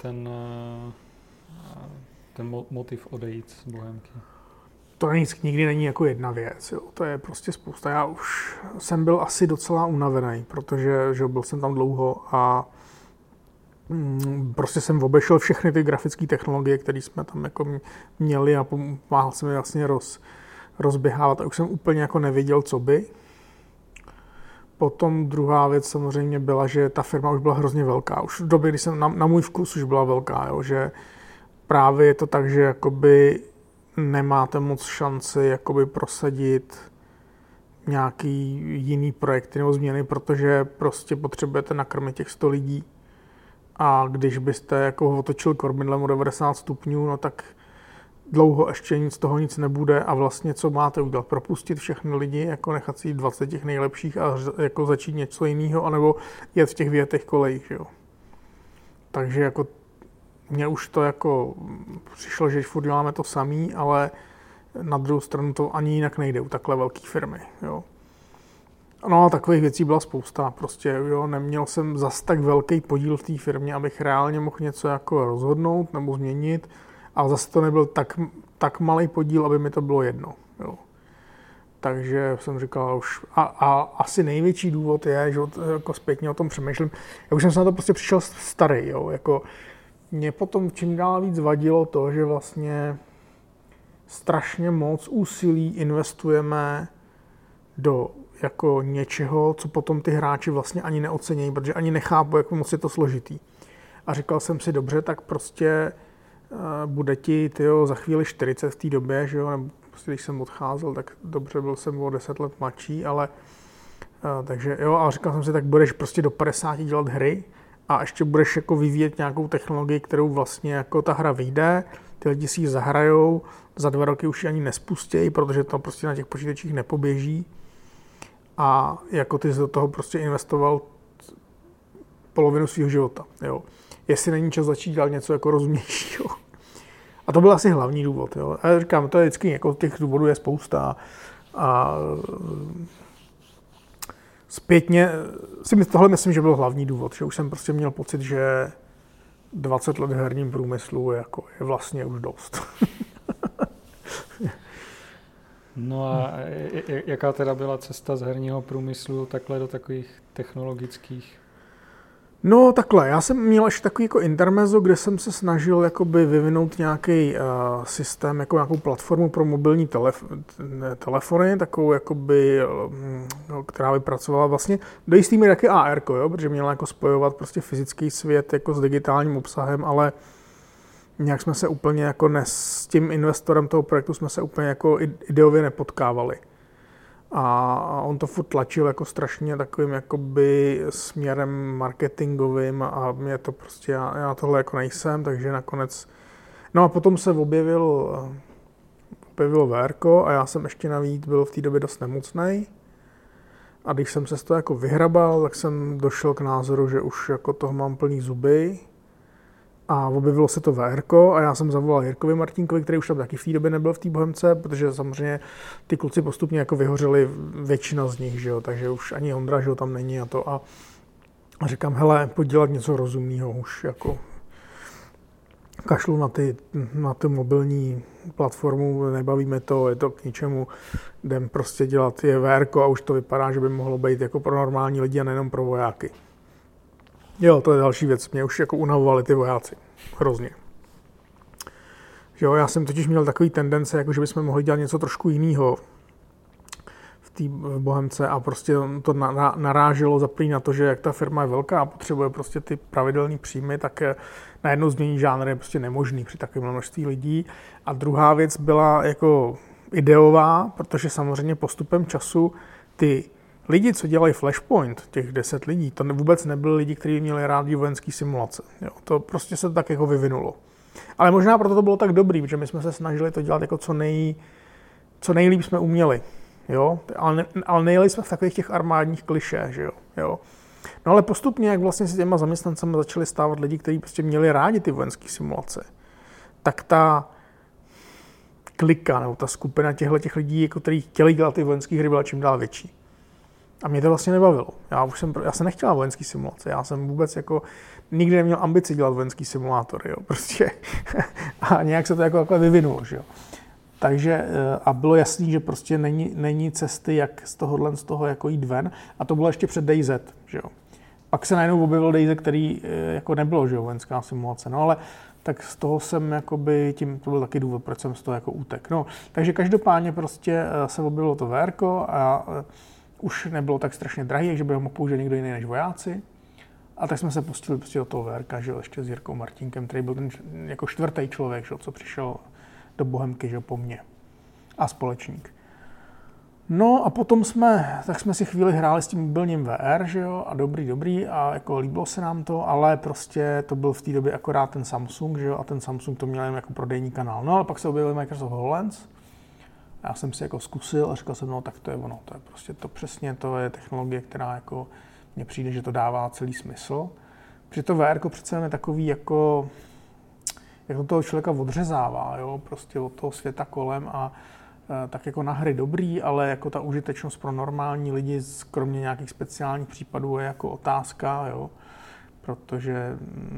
ten motiv odejít z Bohemky? To nikdy není jako jedna věc, jo. To je prostě spousta. Já už jsem byl asi docela unavený, protože že byl jsem tam dlouho a prostě jsem obešel všechny ty grafické technologie, které jsme tam jako měli a pomáhal jsem je vlastně rozběhávat a už jsem úplně jako nevěděl, co by. Potom druhá věc samozřejmě byla, že ta firma už byla hrozně velká. Už v době, kdy jsem na můj vkus už byla velká, jo, že právě je to tak, že jakoby nemáte moc šanci jakoby prosadit nějaký jiný projekty nebo změny, protože prostě potřebujete nakrmit těch 100 lidí. A když byste jako otočil kormidlem o 90 stupňů, no tak dlouho ještě nic z toho nic nebude a vlastně co máte udělat? Propustit všechny lidi, jako nechat si 20 těch nejlepších a jako začít něco jiného, anebo jet v těch vyjetých kolejích, jo. Takže jako mně už to jako přišlo, že furt děláme to samý, ale na druhou stranu to ani jinak nejde u takhle velké firmy, jo. No a takových věcí byla spousta, prostě, jo, neměl jsem zas tak velký podíl v té firmě, abych reálně mohl něco jako rozhodnout nebo změnit, ale zase to nebyl tak malý podíl, aby mi to bylo jedno, jo. Takže jsem říkal už, a asi největší důvod je, že jako zpětně o tom přemýšlím, já už jsem se na to prostě přišel starý, jo, jako mě potom čím dál víc vadilo to, že vlastně strašně moc úsilí investujeme do jako něčeho, co potom ty hráči vlastně ani neocenějí, protože ani nechápu, jak moc je to složitý. A říkal jsem si, dobře, tak prostě bude ti za chvíli 40 v té době, že jo, nebo prostě když jsem odcházel, tak dobře, byl jsem o 10 let mladší, ale takže jo, a říkal jsem si, tak budeš prostě do 50 dělat hry a ještě budeš jako vyvíjet nějakou technologii, kterou vlastně jako ta hra vyjde, ty lidi si ji zahrajou, za 2 roky už ji ani nespustějí, protože to prostě na těch počítačích nepoběží. A jako ty jsi do toho prostě investoval polovinu svého života, jo. Jestli není čas začít dělat něco jako rozumnějšího. A to byl asi hlavní důvod, jo. A říkám, to je vždycky, jako těch důvodů je spousta. A zpětně tohle myslím, že byl hlavní důvod, že už jsem prostě měl pocit, že 20 let v herním průmyslu je vlastně už dost. No a jaká teda byla cesta z herního průmyslu takhle do takových technologických? No takhle, já jsem měl ještě takový jako intermezzo, kde jsem se snažil jakoby vyvinout nějaký systém, jako nějakou platformu pro mobilní telefony, takovou jakoby, která vypracovala vlastně do jistý míry taky AR, jo, protože měla jako spojovat prostě fyzický svět jako s digitálním obsahem, ale nějak jsme se úplně jako s tím investorem toho projektu jsme se úplně jako ideově nepotkávali. A on to furt tlačil jako strašně takovým jakoby směrem marketingovým a mě to prostě, já tohle jako nejsem, takže nakonec, no a potom se objevilo VRko a já jsem ještě navíc byl v té době dost nemocnej a když jsem se z toho jako vyhrabal, tak jsem došel k názoru, že už jako toho mám plný zuby. A objevilo se to VRko a já jsem zavolal Jirkovi Martínkovi, který už tam taky v té době nebyl v té Bohemce, protože samozřejmě ty kluci postupně jako vyhořeli, většina z nich, že jo, takže už ani Ondra, že jo, tam není a to. A říkám, hele, pojď dělat něco rozumného, už jako kašlu na tu mobilní platformu, nebavíme to, je to k ničemu, jdem prostě dělat je VRko a už to vypadá, že by mohlo být jako pro normální lidi a nejenom pro vojáky. Jo, to je další věc. Mě už jako unavovali ty vojáci. Hrozně. Jo, já jsem totiž měl takový tendence, jako že bychom mohli dělat něco trošku jiného v Bohemce a prostě to naráželo zaprý na to, že jak ta firma je velká a potřebuje prostě ty pravidelné příjmy, tak najednou změnit žánr je prostě nemožný při takovém množství lidí. A druhá věc byla jako ideová, protože samozřejmě postupem času ty lidi, co dělají Flashpoint, těch 10 lidí, to vůbec nebyli lidi, kteří měli rádi vojenský simulace. Jo, to prostě se tak jako vyvinulo. Ale možná proto to bylo tak dobrý, protože my jsme se snažili to dělat jako co nejlíp jsme uměli. Jo? Ale nejeli jsme v takových těch armádních klišé, že jo. No ale postupně, jak vlastně se těma zaměstnancemi začali stávat lidi, kteří prostě měli rádi ty vojenské simulace, tak ta klika nebo ta skupina těch lidí, jako kteří chtěli dělat ty vojenské hry, byla čím dál větší. A mě to vlastně nebavilo. Já jsem nechtěl vojenský simulace. Já jsem vůbec jako nikdy neměl ambici dělat vojenský simulátor, jo, prostě. A nějak se to jako takhle vyvinulo, že jo. Takže a bylo jasný, že prostě není cesty, jak z toho jako jít ven. A to bylo ještě před DayZ, že jo. Pak se najednou objevil DayZ, který jako nebylo, že jo, vojenská simulace. No ale tak z toho jsem jakoby, to byl taky důvod, proč jsem z toho jako utek. No, takže každopádně prostě se objevilo to VRko a už nebylo tak strašně drahý, takže by ho mohl použít někdo jiný než vojáci. A tak jsme se pustili prostě do toho VRka, že jo, ještě s Jirkou Martinkem, který byl ten jako čtvrtý člověk, že jo, co přišel do Bohemky, že jo, po mně. A společník. No a potom jsme si chvíli hráli s tím mobilním VR, že jo, a dobrý a jako líbilo se nám to, ale prostě to byl v té době akorát ten Samsung, že jo, a ten Samsung to měl jen jako prodejní kanál. No ale pak se objevil Microsoft HoloLens. Já jsem si jako zkusil a říkal jsem, no tak to je ono, to je prostě to přesně, to je technologie, která jako mně přijde, že to dává celý smysl. Protože to VR přece je takový jako, jak to toho člověka odřezává, jo, prostě od toho světa kolem a tak jako na hry dobrý, ale jako ta užitečnost pro normální lidi, kromě nějakých speciálních případů, je jako otázka, jo, protože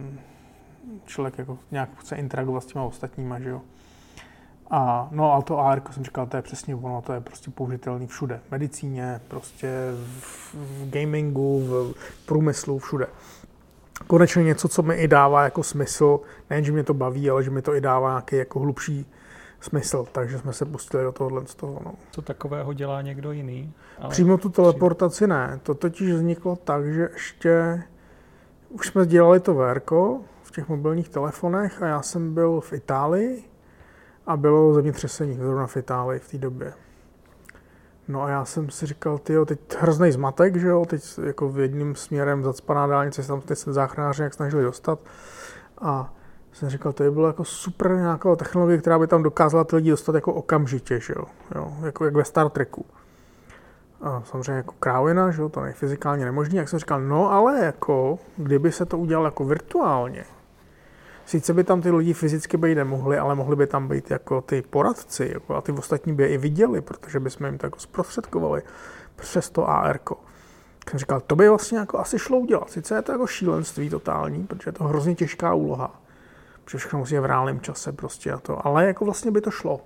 člověk jako nějak chce interagovat s těma ostatníma, že jo. A no a to AR, jako jsem říkal, to je přesně ono, to je prostě použitelný všude. V medicíně, prostě v gamingu, v průmyslu, všude. Konečně něco, co mi i dává jako smysl, nejen, že mě to baví, ale že mi to i dává nějaký jako hlubší smysl, takže jsme se pustili do tohohle z toho. No. Co takového dělá někdo jiný? Ale přímo tu teleportaci ne. To totiž vzniklo tak, že ještě už jsme dělali to VRko v těch mobilních telefonech a já jsem byl v Itálii a bylo zemětřesení zrovna v Itálii v té době. No a já jsem si říkal, tyjo, teď hrozný zmatek, že jo, teď jako v jedním směrem zacpaná dálnice, se tam teď se záchranáři jak snažili dostat a jsem říkal, to by bylo jako super nějaká technologie, která by tam dokázala ty lidi dostat jako okamžitě, že jo, jako jak ve Star Treku. A samozřejmě jako krávina, že jo, to je fyzikálně nemožný, jak jsem říkal, no ale jako, kdyby se to udělalo jako virtuálně, sice by tam ty lidi fyzicky být nemohli, ale mohli by tam být jako ty poradci, jako, a ty ostatní by je i viděli, protože bychom jim to jako zprostředkovali přes to AR-ko. Tak jsem říkal, to by vlastně jako asi šlo udělat. Sice je to jako šílenství totální, protože je to hrozně těžká úloha. Protože všechno musí v reálném čase prostě a to, ale jako vlastně by to šlo.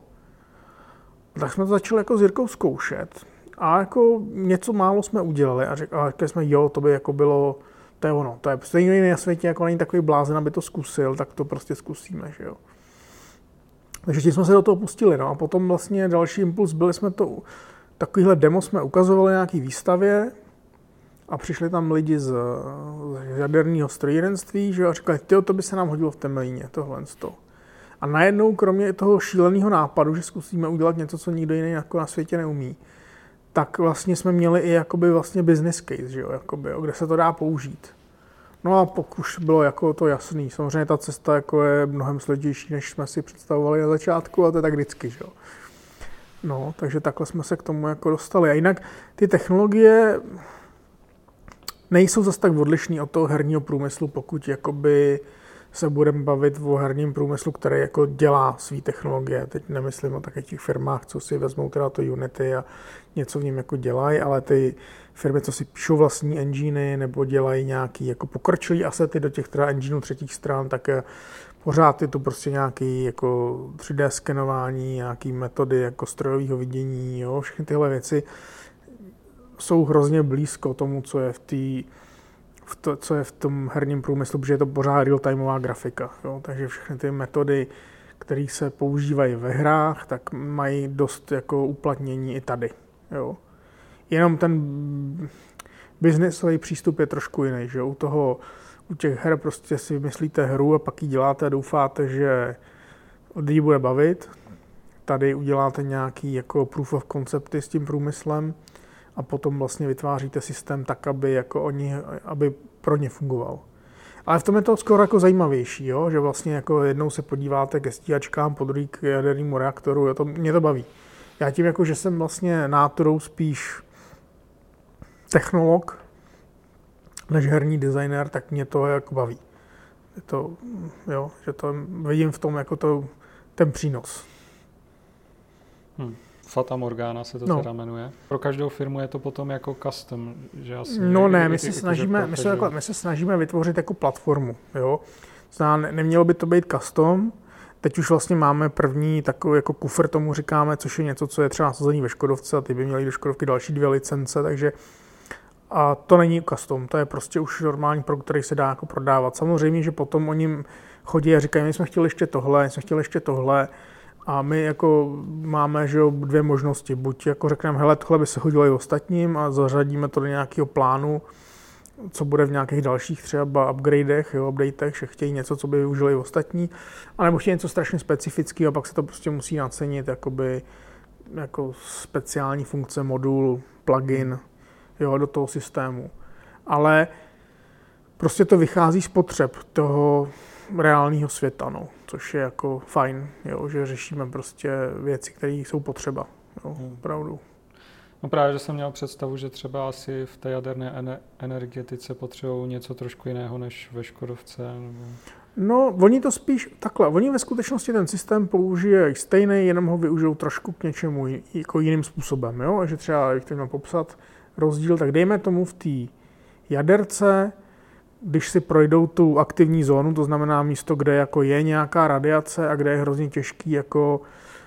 Tak jsme to začali jako s Jirkou zkoušet a jako něco málo jsme udělali a řekli jsme, jo, to by jako bylo, to je ono, to je stejně na světě, jako není takový blázen, aby to zkusil, tak to prostě zkusíme, že jo. Takže tím jsme se do toho pustili, no a potom vlastně další impuls byli jsme to, takovýhle demo jsme ukazovali na nějaký výstavě a přišli tam lidi z jaderného strojírenství, že jo, a říkali, tyjo, to by se nám hodilo v Temelíně, tohle z toho. A najednou, kromě toho šíleného nápadu, že zkusíme udělat něco, co nikdo jiný jako na světě neumí, tak vlastně jsme měli i jakoby vlastně business case, že jo, jakoby, jo, kde se to dá použít. No a pokud už bylo jako to jasný, samozřejmě ta cesta jako je mnohem složitější, než jsme si představovali na začátku, a to je tak vždycky, že jo. No, takže takhle jsme se k tomu jako dostali. A jinak ty technologie nejsou zase tak odlišný od toho herního průmyslu, pokud jakoby se budeme bavit o herním průmyslu, který jako dělá své technologie. Teď nemyslím o takových těch firmách, co si vezmou teda to Unity a něco v něm jako dělají, ale ty firmy, co si píšou vlastní enginy nebo dělají nějaký jako pokročilý asety do těch teda engineů třetích stran, tak pořád je to prostě nějaký jako 3D skenování, nějaký metody jako strojového vidění, jo, všechny tyhle věci jsou hrozně blízko tomu, co je v tom herním průmyslu, protože je to pořád real-timeová grafika. Jo? Takže všechny ty metody, které se používají ve hrách, tak mají dost jako uplatnění i tady. Jo? Jenom ten businessový přístup je trošku jiný. Že? U těch her prostě si vymyslíte hru a pak ji děláte a doufáte, že lidi bude bavit. Tady uděláte nějaký jako proof of concepty s tím průmyslem a potom vlastně vytváříte systém tak, aby pro ně fungoval. Ale v tom je to skoro jako zajímavější, jo? Že vlastně jako jednou se podíváte ke stíhačkám, po druhý k jadernému reaktoru, mě to baví. Já tím jako, že jsem vlastně náturou spíš technolog než herní designer, tak mě to jako baví. Je to, že to vidím v tom jako ten přínos. Fata Morgana se to teda jmenuje. Pro každou firmu je to potom jako custom, že asi... No ne, my se snažíme vytvořit jako platformu, jo. Nemělo by to být custom. Teď už vlastně máme první takový jako kufr, tomu říkáme, což je něco, co je třeba nasazený ve Škodovce a ty by měly do Škodovky další 2 licence, takže a to není custom, to je prostě už normální produkt, který se dá jako prodávat. Samozřejmě, že potom oni chodí a říkají, my jsme chtěli ještě tohle a my jako máme, že 2 možnosti. Buď jako řekneme, hele, tohle by se hodilo i ostatním a zařadíme to do nějakého plánu, co bude v nějakých dalších třeba upgradech, updatech, že chtějí něco, co by využili i ostatní, anebo chtějí něco strašně specifického a pak se to prostě musí nacenit jako speciální funkce, modul, plugin, do toho systému. Ale prostě to vychází z potřeb toho reálného světa, což je jako fajn, že řešíme prostě věci, které jsou potřeba, opravdu. No právě, že jsem měl představu, že třeba asi v té jaderné energetice potřebují něco trošku jiného než ve Škodovce. Nebo... No, oni to spíš takhle. Oni ve skutečnosti ten systém použije stejný, jenom ho využijou trošku k něčemu jako jiným způsobem. Jo? A že třeba, jak to mám popsat rozdíl, tak dejme tomu v té jaderce, když si projdou tu aktivní zónu, to znamená místo, kde jako je nějaká radiace a kde je hrozně těžký jako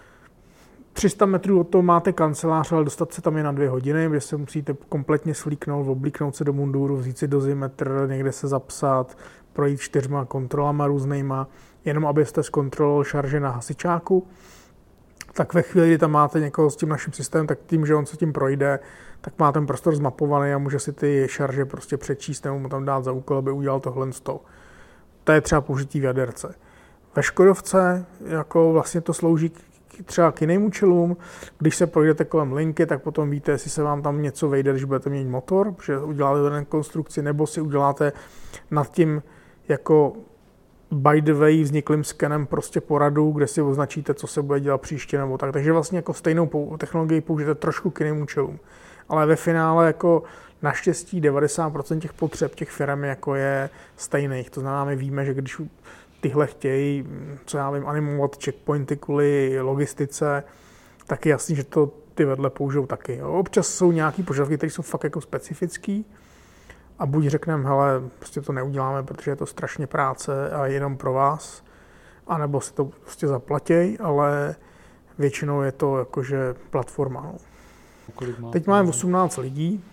300 metrů od toho máte kancelář, ale dostat se tam je na 2 hodiny, kde se musíte kompletně slíknout, oblíknout se do munduru, vzít si dozimetr, někde se zapsat, projít 4 kontrolama různýma, jenom abyste zkontroloval šarže na hasičáku. Tak ve chvíli, kdy tam máte někoho s tím naším systémem, tak tím, že on se tím projde, tak má ten prostor zmapovaný a může si ty šarže prostě přečíst nebo mu tam dát za úkol, aby udělal tohle z toho. To je třeba použití v jaderce. Ve Škodovce jako vlastně to slouží třeba k jiným účelům. Když se projdete kolem linky, tak potom víte, jestli se vám tam něco vejde, když budete měnit motor, protože uděláte ten konstrukci, nebo si uděláte nad tím jako by the way vzniklým skenem prostě poradu, kde si označíte, co se bude dělat příště nebo tak. Takže vlastně jako stejnou technologii použijete trošku k jiným účelům. Ale ve finále jako naštěstí 90% těch potřeb těch firm jako je stejných. To znamená, my víme, že když tyhle chtějí, co já vím, animovat checkpointy kvůli logistice, tak je jasný, že to ty vedle použijou taky. Jo. Občas jsou nějaký požadavky, které jsou fakt jako specifický a buď řekneme, hele, prostě to neuděláme, protože je to strašně práce a jenom pro vás, anebo si to prostě zaplatěj, ale většinou je to jakože platforma. No. Teď máme 18 lidí,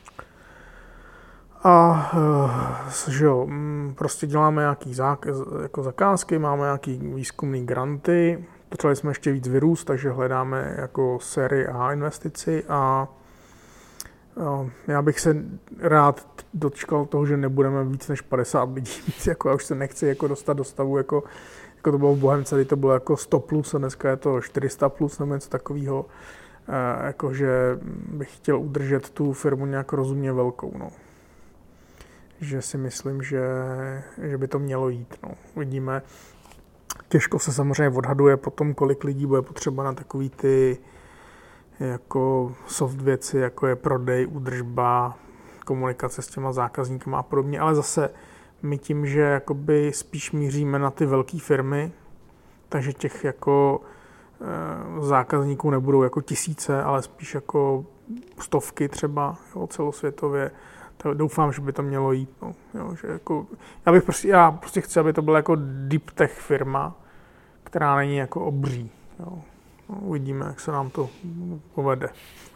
a že jo, prostě děláme nějaký jako zakázky, máme nějaký výzkumný granty, potřebovali jsme ještě víc vyrůst, takže hledáme jako sérii A investici a já bych se rád dočkal toho, že nebudeme víc než 50 lidí, jako já už se nechci jako dostat do stavu, jako to bylo v Bohemce, kdy to bylo jako 100 plus a dneska je to 400 plus nebo něco takového, jakože bych chtěl udržet tu firmu nějak rozumně velkou, no. Že si myslím, že by to mělo jít. No. Uvidíme. Těžko se samozřejmě odhaduje potom, kolik lidí bude potřeba na takový ty jako soft věci, jako je prodej, údržba, komunikace s těma zákazníkama a podobně, ale zase my tím, že jakoby spíš míříme na ty velké firmy, takže těch jako zákazníků nebudou jako tisíce, ale spíš jako stovky třeba celosvětově. Doufám, že by to mělo jít. No. Jo, že jako, já prostě chci, aby to byla jako deep tech firma, která není jako obří. Jo. No, uvidíme, jak se nám to povede.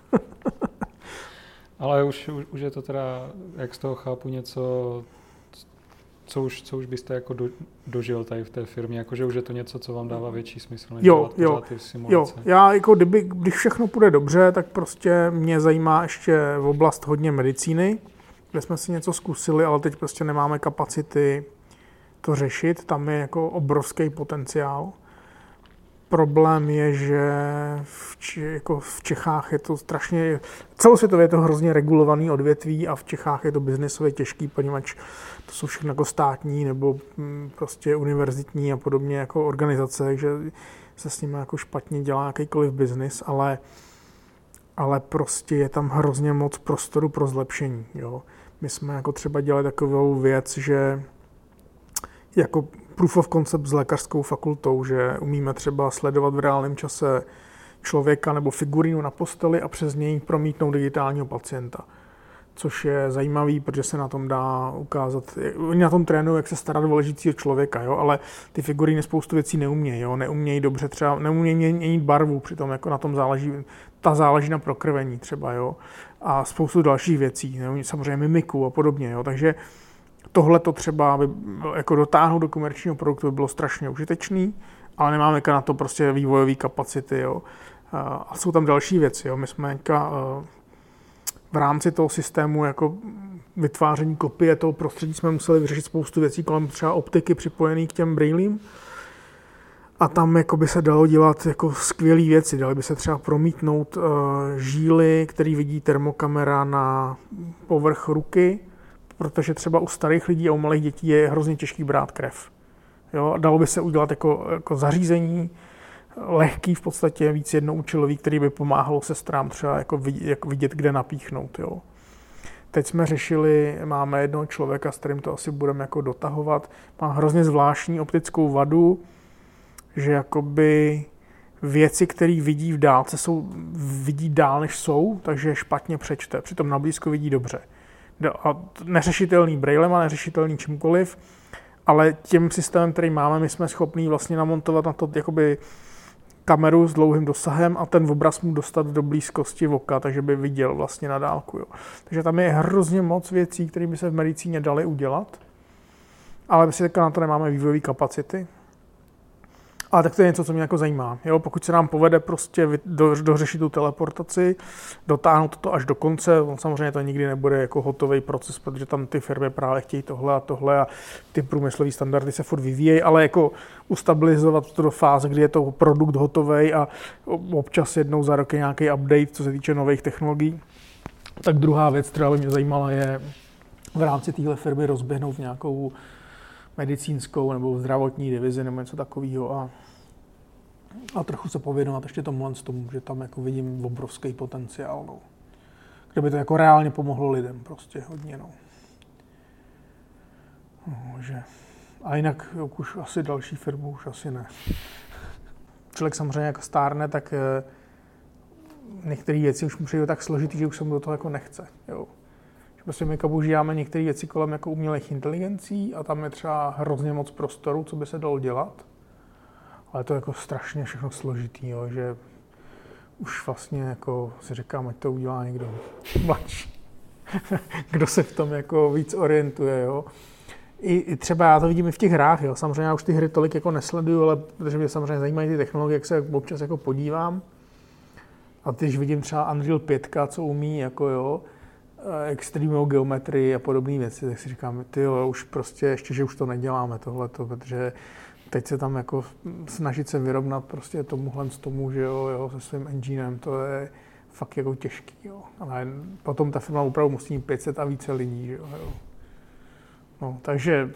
Ale už je to teda, jak z toho chápu, něco, co už byste jako dožil tady v té firmě, jakože už je to něco, co vám dává větší smysl, než dělat pořád ty simulace. Jo, já jako když všechno půjde dobře, tak prostě mě zajímá ještě v oblast hodně medicíny, kde jsme si něco zkusili, ale teď prostě nemáme kapacity to řešit. Tam je jako obrovský potenciál. Problém je, že v Čechách je to strašně, celosvětově je to hrozně regulovaný odvětví a v Čechách je to biznesově těžký, poněvadž to jsou všechno jako státní nebo prostě univerzitní a podobně jako organizace, takže se s nimi jako špatně dělá jakýkoliv biznis, ale prostě je tam hrozně moc prostoru pro zlepšení. Jo. My jsme jako třeba dělali takovou věc, že jako proof of concept s lékařskou fakultou, že umíme třeba sledovat v reálném čase člověka nebo figurínu na posteli a přes něj promítnout digitálního pacienta. Což je zajímavý, protože se na tom dá ukázat. Oni na tom trénují, jak se starat o ležícího člověka, jo? Ale ty figuríny spoustu věcí neumějí. Jo? Neumějí dobře třeba, neumějí měnit barvu, přitom jako na tom záleží na prokrvení třeba, jo? A spoustu dalších věcí, neumějí samozřejmě mimiku a podobně. Jo? Takže tohle to třeba jako dotáhnout do komerčního produktu by bylo strašně užitečný, ale nemáme na to prostě vývojové kapacity. Jo? A jsou tam další věci. Jo? My jsme v rámci toho systému jako vytváření kopie toho prostředí jsme museli vyřešit spoustu věcí kolem třeba optiky připojený k těm brýlím. A tam jako by se dalo dělat jako skvělé věci. Dali by se třeba promítnout žíly, který vidí termokamera na povrch ruky, protože třeba u starých lidí a u malých dětí je hrozně těžký brát krev. Jo? Dalo by se udělat jako zařízení, lehký v podstatě, víc jednoúčelový, který by pomáhalo sestrám třeba jako vidět, kde napíchnout. Jo. Teď jsme řešili, máme jednoho člověka, s kterým to asi budeme jako dotahovat, má hrozně zvláštní optickou vadu, že jakoby věci, které vidí v dálce, vidí dál, než jsou, takže špatně přečte, přitom na blízko vidí dobře. A neřešitelný braillem a neřešitelný čímkoliv, ale tím systémem, který máme, my jsme schopní vlastně namontovat na to jakoby kameru s dlouhým dosahem a ten obraz mu dostat do blízkosti oka, takže by viděl vlastně na dálku. Jo. Takže tam je hrozně moc věcí, které by se v medicíně daly udělat, ale my si teďka na to nemáme vývojové kapacity. Ale tak to je něco, co mě jako zajímá. Jo, pokud se nám povede prostě dořešit tu teleportaci, dotáhnout to až do konce, samozřejmě to nikdy nebude jako hotový proces, protože tam ty firmy právě chtějí tohle a ty průmyslové standardy se furt vyvíjejí, ale jako ustabilizovat to do fáze, kdy je to produkt hotový a občas jednou za rok je nějaký update, co se týče nových technologií. Tak druhá věc, která by mě zajímala, je v rámci téhle firmy rozběhnout nějakou medicínskou nebo zdravotní divizi nebo něco takového a trochu se pověnovat ještě tomu, že tam jako vidím obrovský potenciál. No. Kde by to jako reálně pomohlo lidem prostě hodně. No. A jinak už asi další firmu už asi ne. Člověk samozřejmě jako stárne, tak některé věci už musí být tak složitý, že už se mu do toho jako nechce. Jo. Prostě my používáme některé věci kolem jako umělých inteligencí a tam je třeba hrozně moc prostoru, co by se dalo dělat. Ale to je jako strašně všechno složitý, jo, že už vlastně jako si říkám, ať to udělá někdo mladší. Kdo se v tom jako víc orientuje, jo. I třeba já to vidím i v těch hrách, jo. Samozřejmě já už ty hry tolik jako nesleduju, ale protože mě samozřejmě zajímají ty technologie, jak se občas jako podívám. A když vidím třeba Unreal 5, co umí, jako jo, extrémnou geometrii a podobné věci, tak si říkám, tyjo, už prostě ještě, že už to neděláme tohleto, protože teď se tam jako snažit se vyrovnat prostě tomu, že jo, se svým enginem, to je fakt jako těžký, jo. Ale potom ta firma opravdu musí mít 500 a více lidí, že jo. No, takže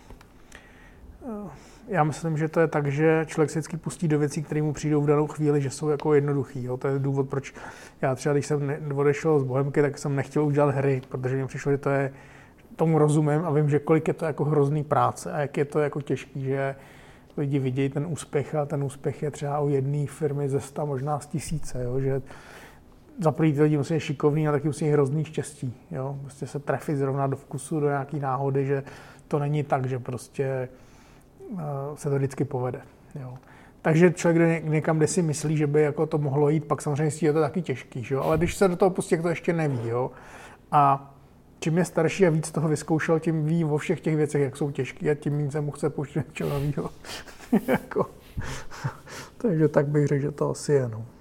já myslím, že to je tak, že člověk se vždycky pustí do věcí, které mu přijdou v danou chvíli, že jsou jako jednoduchý. Jo. To je důvod, proč já třeba, když jsem odešel z Bohemky, tak jsem nechtěl udělat hry, protože mi přišlo, že to je, tomu rozumím a vím, že kolik je to jako hrozný práce a jak je to jako těžký, že lidi vidějí ten úspěch a ten úspěch je třeba u jedné firmy ze 100, možná z 1000, jo, že za první ty lidi musí být šikovný a taky musí mít hrozný štěstí. Jo. Prostě se trefit zrovna do vkusu, do nějaký náhody, že to není tak, že prostě se to vždycky povede. Jo. Takže člověk někam, kde si myslí, že by jako to mohlo jít, pak samozřejmě je to taky těžký, že jo? Ale když se do toho pustí, to ještě neví. Jo? A čím je starší a víc toho vyzkoušel, tím ví o všech těch věcech, jak jsou těžký a tím méně se mu chce pouštět něčeho nového. Jako. Takže tak bych řekl, že to asi je. No.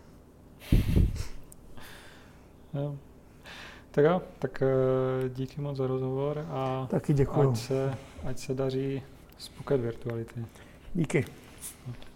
Jo. Tak jo, tak díky moc za rozhovor a taky děkuju. Ať se daří s Pocket Virtuality. Díky. No.